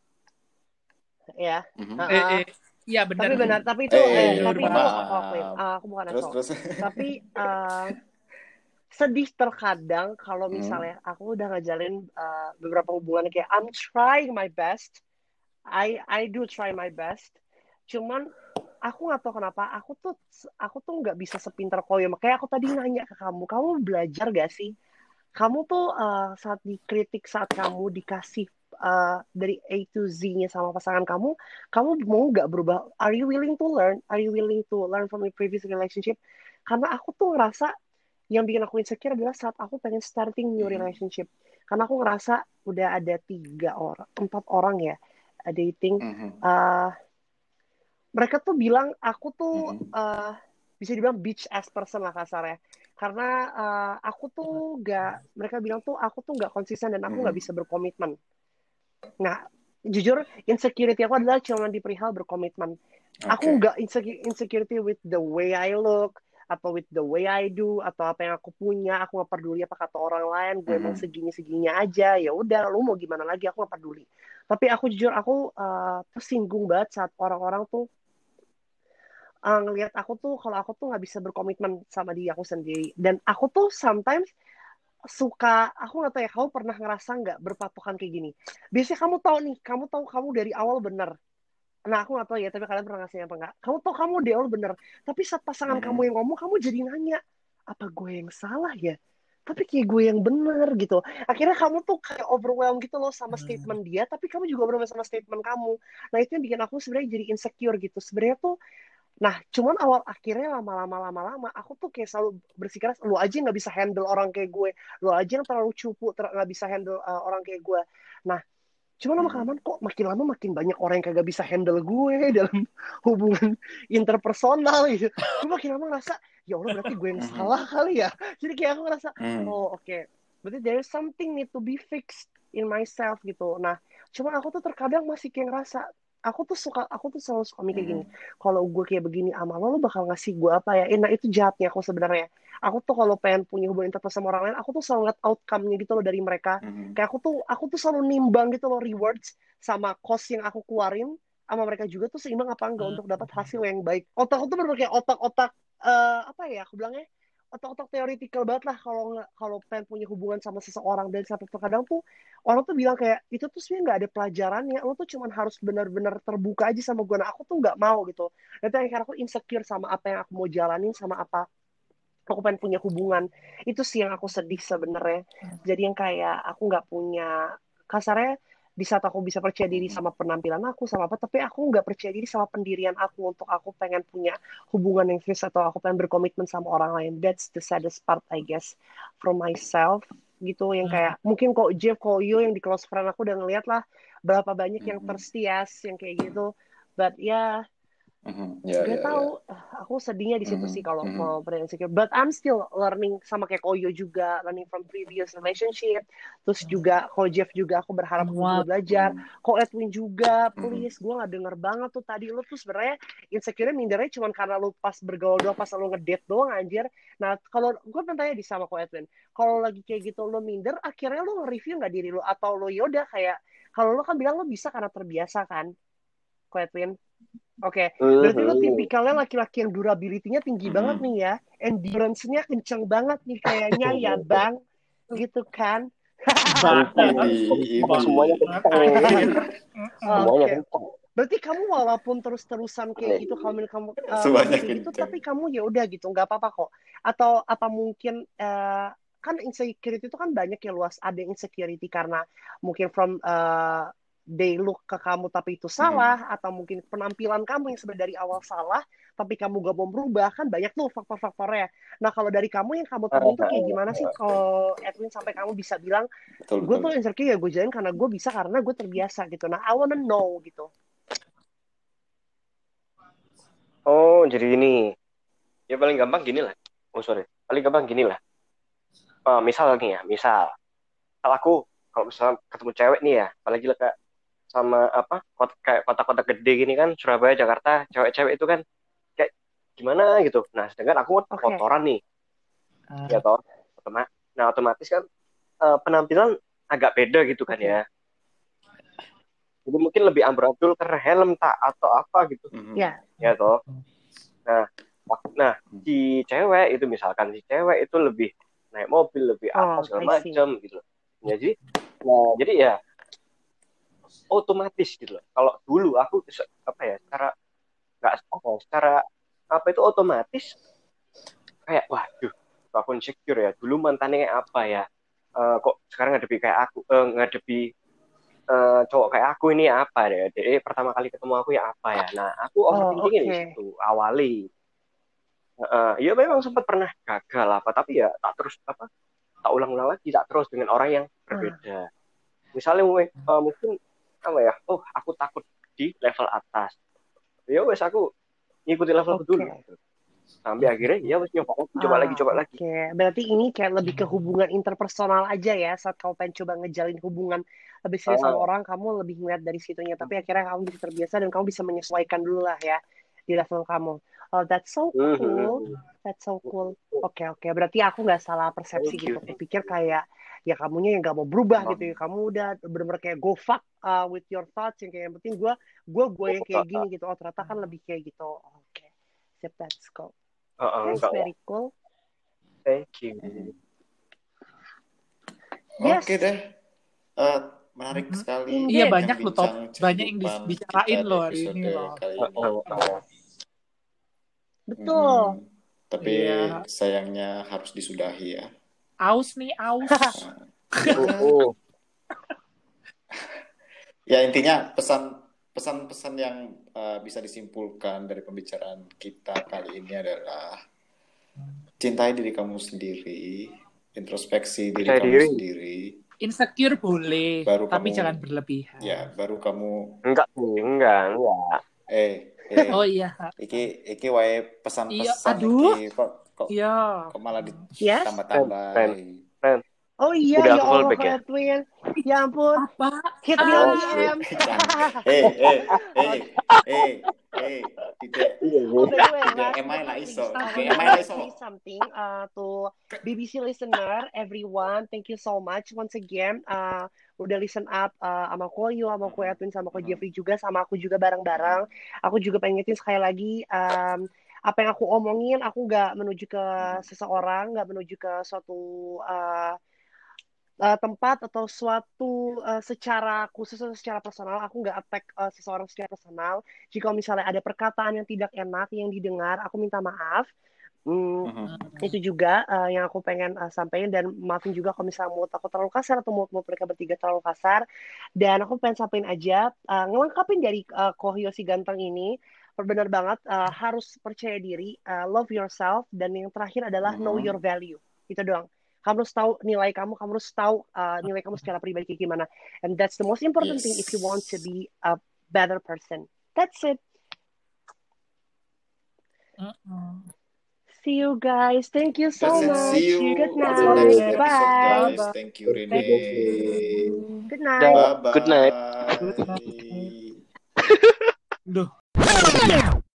ya.
Mhm.
Uh,
Eh,
uh,
eh. Iya benar.
tapi benar,
Mhm.
tapi itu,
Eh,
eh,
Jujur
tapi itu
banget.
aku akuin.
maaf.
Uh, aku bukan
Terus,
asshole.
terus.
Tapi uh, sedih terkadang kalau
Mhm.
misalnya aku udah ngajalin uh, beberapa hubungan kayak I'm trying my best. I I do try my best. Cuman aku nggak tahu kenapa aku tuh aku tuh nggak bisa sepintar Koyo. Makanya aku tadi nanya ke kamu, kamu belajar gak sih? Kamu tuh uh, saat dikritik, saat kamu dikasih uh, dari A to Z-nya sama pasangan kamu, kamu mau nggak berubah? Are you willing to learn? Are you willing to learn from your previous relationship? Karena aku tuh ngerasa yang bikin aku insecure adalah saat aku pengen starting new
Mhm.
relationship. Karena aku ngerasa udah ada tiga orang, empat orang ya dating.
Mhm.
Uh, mereka tuh bilang aku tuh
Mhm.
uh, bisa dibilang bitch ass person lah kasarnya. Karena uh, aku tuh gak, mereka bilang tuh aku tuh gak konsisten dan aku gak
Mhm.
bisa berkomitmen. Nah, jujur insecurity aku adalah cuma di perihal berkomitmen. Aku
Oke.
gak insecure, insecurity with the way I look, atau with the way I do, atau apa yang aku punya. Aku gak peduli apa kata orang lain. Gue emang
Mhm.
segini-segininya aja. Ya udah, lu mau gimana lagi? Aku gak peduli. Tapi aku jujur aku uh, tersinggung banget saat orang-orang tuh uh, ngelihat aku tuh kalau aku tuh nggak bisa berkomitmen sama diri aku sendiri. Dan aku tuh sometimes suka, aku nggak tahu ya, kamu pernah ngerasa nggak berpatokan kayak gini? Biasanya kamu tahu nih, kamu tahu kamu dari awal bener. Nah, aku nggak tahu ya, tapi kalian pernah ngasih apa nggak? Kamu tahu kamu dari awal bener, tapi saat pasangan
Mhm.
kamu yang ngomong, kamu jadi nanya, apa gue yang salah ya? Tapi kayak gue yang bener gitu. Akhirnya kamu tuh kayak overwhelmed gitu loh sama statement dia, tapi kamu juga overwhelmed sama statement kamu. Nah, itu yang bikin aku sebenarnya jadi insecure gitu. Sebenarnya tuh, nah, cuman awal akhirnya lama-lama lama-lama aku tuh kayak selalu bersikeras, lu aja nggak bisa handle orang kayak gue, lu aja yang terlalu cupu, ter- nggak bisa handle uh, orang kayak gue. Nah, cuman lama
Mhm.
kelamaan kok makin lama makin banyak orang yang kagak bisa handle gue dalam hubungan interpersonal gitu. Gue makin lama ngerasa, ya Allah berarti gue yang
Mhm.
salah kali ya. Jadi kayak aku ngerasa,
Mhm.
oh oke, okay. Berarti there is something need to be fixed in myself gitu. Nah, cuman aku tuh terkadang masih kayak ngerasa, aku tuh suka, aku tuh selalu suka mikir gini,
Mhm.
kalau gue kayak begini sama lo, lo bakal ngasih gue apa ya? Eh, nah itu jahatnya aku sebenarnya. Aku tuh kalau pengen punya hubungan interpersonal sama orang lain, aku tuh selalu ngeliat outcome-nya gitu loh dari mereka.
Mhm.
Kayak aku tuh, aku tuh selalu nimbang gitu loh rewards sama cost yang aku keluarin sama mereka juga tuh seimbang apa enggak untuk dapat hasil yang baik. Otak aku tuh bener kayak otak-otak eh, apa ya? Aku bilangnya otak-otak theoretical banget lah kalau nggak- kalau pengen punya hubungan sama seseorang, dan sampai terkadang tuh orang tuh bilang kayak itu tuh sebenarnya nggak ada pelajarannya, lo tuh cuman harus benar-benar terbuka aja sama gue. Nah aku tuh nggak mau gitu. Nanti akhirnya aku insecure sama apa yang aku mau jalanin, sama apa aku pengen punya hubungan. Itu sih yang aku sedih sebenarnya. Jadi yang kayak aku nggak punya, kasarnya di saat aku bisa percaya diri
Mhm.
sama penampilan aku sama apa, tapi aku nggak percaya diri sama pendirian aku untuk aku pengen punya hubungan yang serius atau aku pengen berkomitmen sama orang lain. That's the saddest part I guess from myself gitu. Yang kayak mungkin kok Jeff, kok Yo yang di close friend aku udah ngeliat lah berapa banyak yang
Mhm.
terstias yang kayak gitu. But ya
Mhm. Ya,
gak
ya, ya.
tahu, aku sedihnya di situ
Mhm.
sih kalau
Mhm.
kalau pernah insecure. But I'm still learning sama kayak Koyo juga, learning from previous relationship. Terus juga kalau Jeff juga, aku berharap aku juga
Muat.
belajar.
Mhm.
Kok Edwin juga,
Mhm.
please, gue gak denger banget tuh tadi lu tuh sebenarnya insecure mindernya cuma karena lu pas bergaul doang, pas lu ngedate doang anjir. Nah kalau gue pengen tanya di sama Ko Edwin, kalau lagi kayak gitu lu minder, akhirnya lu nge-review nggak diri lu, atau lu yaudah kayak kalau lu kan bilang lu bisa karena terbiasa kan, Ko Edwin? Oke, berarti lo
Mhm.
tipikalnya laki-laki yang durability-nya tinggi banget nih
Mhm.
ya. Endurance-nya kenceng banget nih kayaknya ya, Bang. Gitu kan?
Banget.
Ini,
Apa
ini.
semuanya
Banget,
kencang
anjir.
ini.
Mm-mm.
Semuanya
Oke.
kencang.
Berarti kamu walaupun terus-terusan kayak
Nih.
gitu, kamu kamu eh, kamu
Semuanya
kayak gitu,
kenceng.
tapi kamu ya udah gitu, nggak apa-apa kok. Atau apa mungkin eh, kan insecurity itu kan banyak ya luas. Ada insecurity karena mungkin from eh, they look ke kamu tapi itu
Mhm.
salah, atau mungkin penampilan kamu yang sebenarnya dari awal salah, tapi kamu gak mau berubah, kan banyak tuh faktor-faktornya. Nah kalau dari kamu yang kamu temuin tuh kayak gimana sih, kalau Edwin sampai kamu bisa bilang
Betul,
gue
betul.
tuh insecure ya gue jalanin karena gue bisa, karena gue terbiasa gitu. Nah I wanna know gitu.
Oh, jadi ini. Ya paling gampang gini lah. Oh, sorry. Paling gampang gini lah. Eh, misal nih ya, misal. Kalau aku, kalau misalnya ketemu cewek nih ya, apalagi lah kayak sama apa, kota, kayak kota-kota gede gini kan, Surabaya, Jakarta, cewek-cewek itu kan kayak gimana gitu. Nah, sedangkan aku
Oke. Okay.
kotoran nih, ya
Ah,
toh. Otoma- Nah, otomatis kan eh, penampilan agak beda gitu kan
Oke.
ya. Jadi mungkin lebih amburadul karena helm tak atau apa gitu.
Mhm.
Ya.
Ya toh. Nah, wak- nah si cewek itu misalkan si cewek itu lebih naik mobil, lebih apa
Oh,
segala
I see.
macam gitu. Ya, jadi, nah, jadi ya otomatis gitu loh. Kalau dulu aku se- apa ya, secara nggak apa ya, secara apa itu otomatis kayak waduh, kok aku insecure ya. Dulu mantannya kayak apa ya? Eh, kok sekarang ngadepi kayak aku, eh, ngadepi eh, cowok kayak aku ini apa ya? Jadi pertama kali ketemu aku ya apa ya? Nah, aku
Oh,
overthinking di
oke.
situ awali. Eh, ya memang sempat pernah gagal apa, tapi ya tak terus apa, tak ulang-ulang lagi, tak terus dengan orang yang
Ah,
berbeda. Misalnya mu- eh, mungkin apa ya? Oh, aku takut di level atas. Ya wes aku ngikuti levelku
oke.
dulu. Sampai akhirnya ya wes nyoba lagi, coba lagi,
Ah,
coba lagi.
oke. Berarti ini kayak lebih ke hubungan interpersonal aja ya. Saat kamu pengen coba ngejalin hubungan lebih serius sama
Ah,
orang, kamu lebih ngeliat dari situnya. Tapi akhirnya kamu bisa terbiasa dan kamu bisa menyesuaikan dulu lah ya di level kamu. Oh, that's so
hmm, hmm,
cool.
hmm.
That's so cool. Oke, oke. Berarti aku nggak salah persepsi
Thank you,
gitu.
thank
Kupikir kayak ya kamunya yang nggak mau berubah
you.
gitu ya. Kamu udah bener-bener kayak go fuck uh, with your thoughts, yang kayak yang penting gue gue gue yang kayak gini gitu. Oh, ternyata kan lebih kayak gitu. Oke. Sip, that's cool.
Ah, ah,
That's
enggak lah.
very cool.
Thank you.
Mhm.
Yes.
Oke deh. Eh, menarik
mm-mm.
sekali
Iya
Indeed.
banyak loh top,
bincang
banyak yang
cedupan
dibicarain
kita di
loh hari
episode
ini loh.
kali
Ah,
ini.
ah, ah.
Betul.
Mhm. Tapi
Iya.
sayangnya harus disudahi ya.
Aus nih, aus.
Ya,
Oh, oh.
ya intinya pesan pesan-pesan yang eh, bisa disimpulkan dari pembicaraan kita kali ini adalah cintai diri kamu sendiri, introspeksi diri
Percaya
kamu
diri.
sendiri,
Insecure boleh,
baru
tapi
kamu
jangan berlebihan.
ya baru kamu
Enggak sih, enggak, enggak.
eh eh
Oh iya.
iki iki wae
Iya,
pesan-pesan
aduh.
iki kok kok
Iya.
kok malah
Yes.
ditambah-tambah.
Ren, Ren,
Oh iya,
Udah
ya
aku follow
Allah,
back ya.
Edwin. Ya ampun,
Apa?
hit me on
Oh,
D M.
jangan. Eh, eh, eh, eh, eh, tidak.
Oh, by the way,
Tidak,
last
am
but
I
not
lah
least,
iso.
I
Oke,
would
am I
like
lah
to
iso.
say something uh, to B B C listener, everyone. Thank you so much once again. Uh, udah listen up uh, sama Koyo, sama Ko Edwin, sama Ko Jeffrey juga, sama aku juga bareng-bareng. Aku juga pengen ngingetin sekali lagi, um, apa yang aku omongin, aku nggak menuju ke seseorang, nggak menuju ke suatu uh, uh, tempat atau suatu uh, secara khusus atau secara personal. Aku nggak attack uh, seseorang secara personal. Jika misalnya ada perkataan yang tidak enak yang didengar, aku minta maaf. Hmm, itu juga uh, yang aku pengen uh, sampaikan, dan maafin juga kalau misalnya mulut aku terlalu kasar atau mulut-mulut mereka bertiga terlalu kasar. Dan aku pengen sampaikan aja, uh, ngelengkapin dari uh, Kohyo si ganteng ini, benar banget, uh, harus percaya diri, uh, love yourself, dan yang terakhir adalah know your value. Itu doang. Kamu harus tahu nilai kamu, kamu harus tahu uh, nilai kamu secara pribadi kayak gimana. And that's the most important thing if you want to be a better person. That's it.
Mm-mm.
See you guys. Thank you so
That's it.
much.
See you
Good
on the
night.
next episode,
Bye.
guys. Thank you,
Thank
Rene.
you.
Good night.
Bye-bye.
Good night.
Good night. Duh.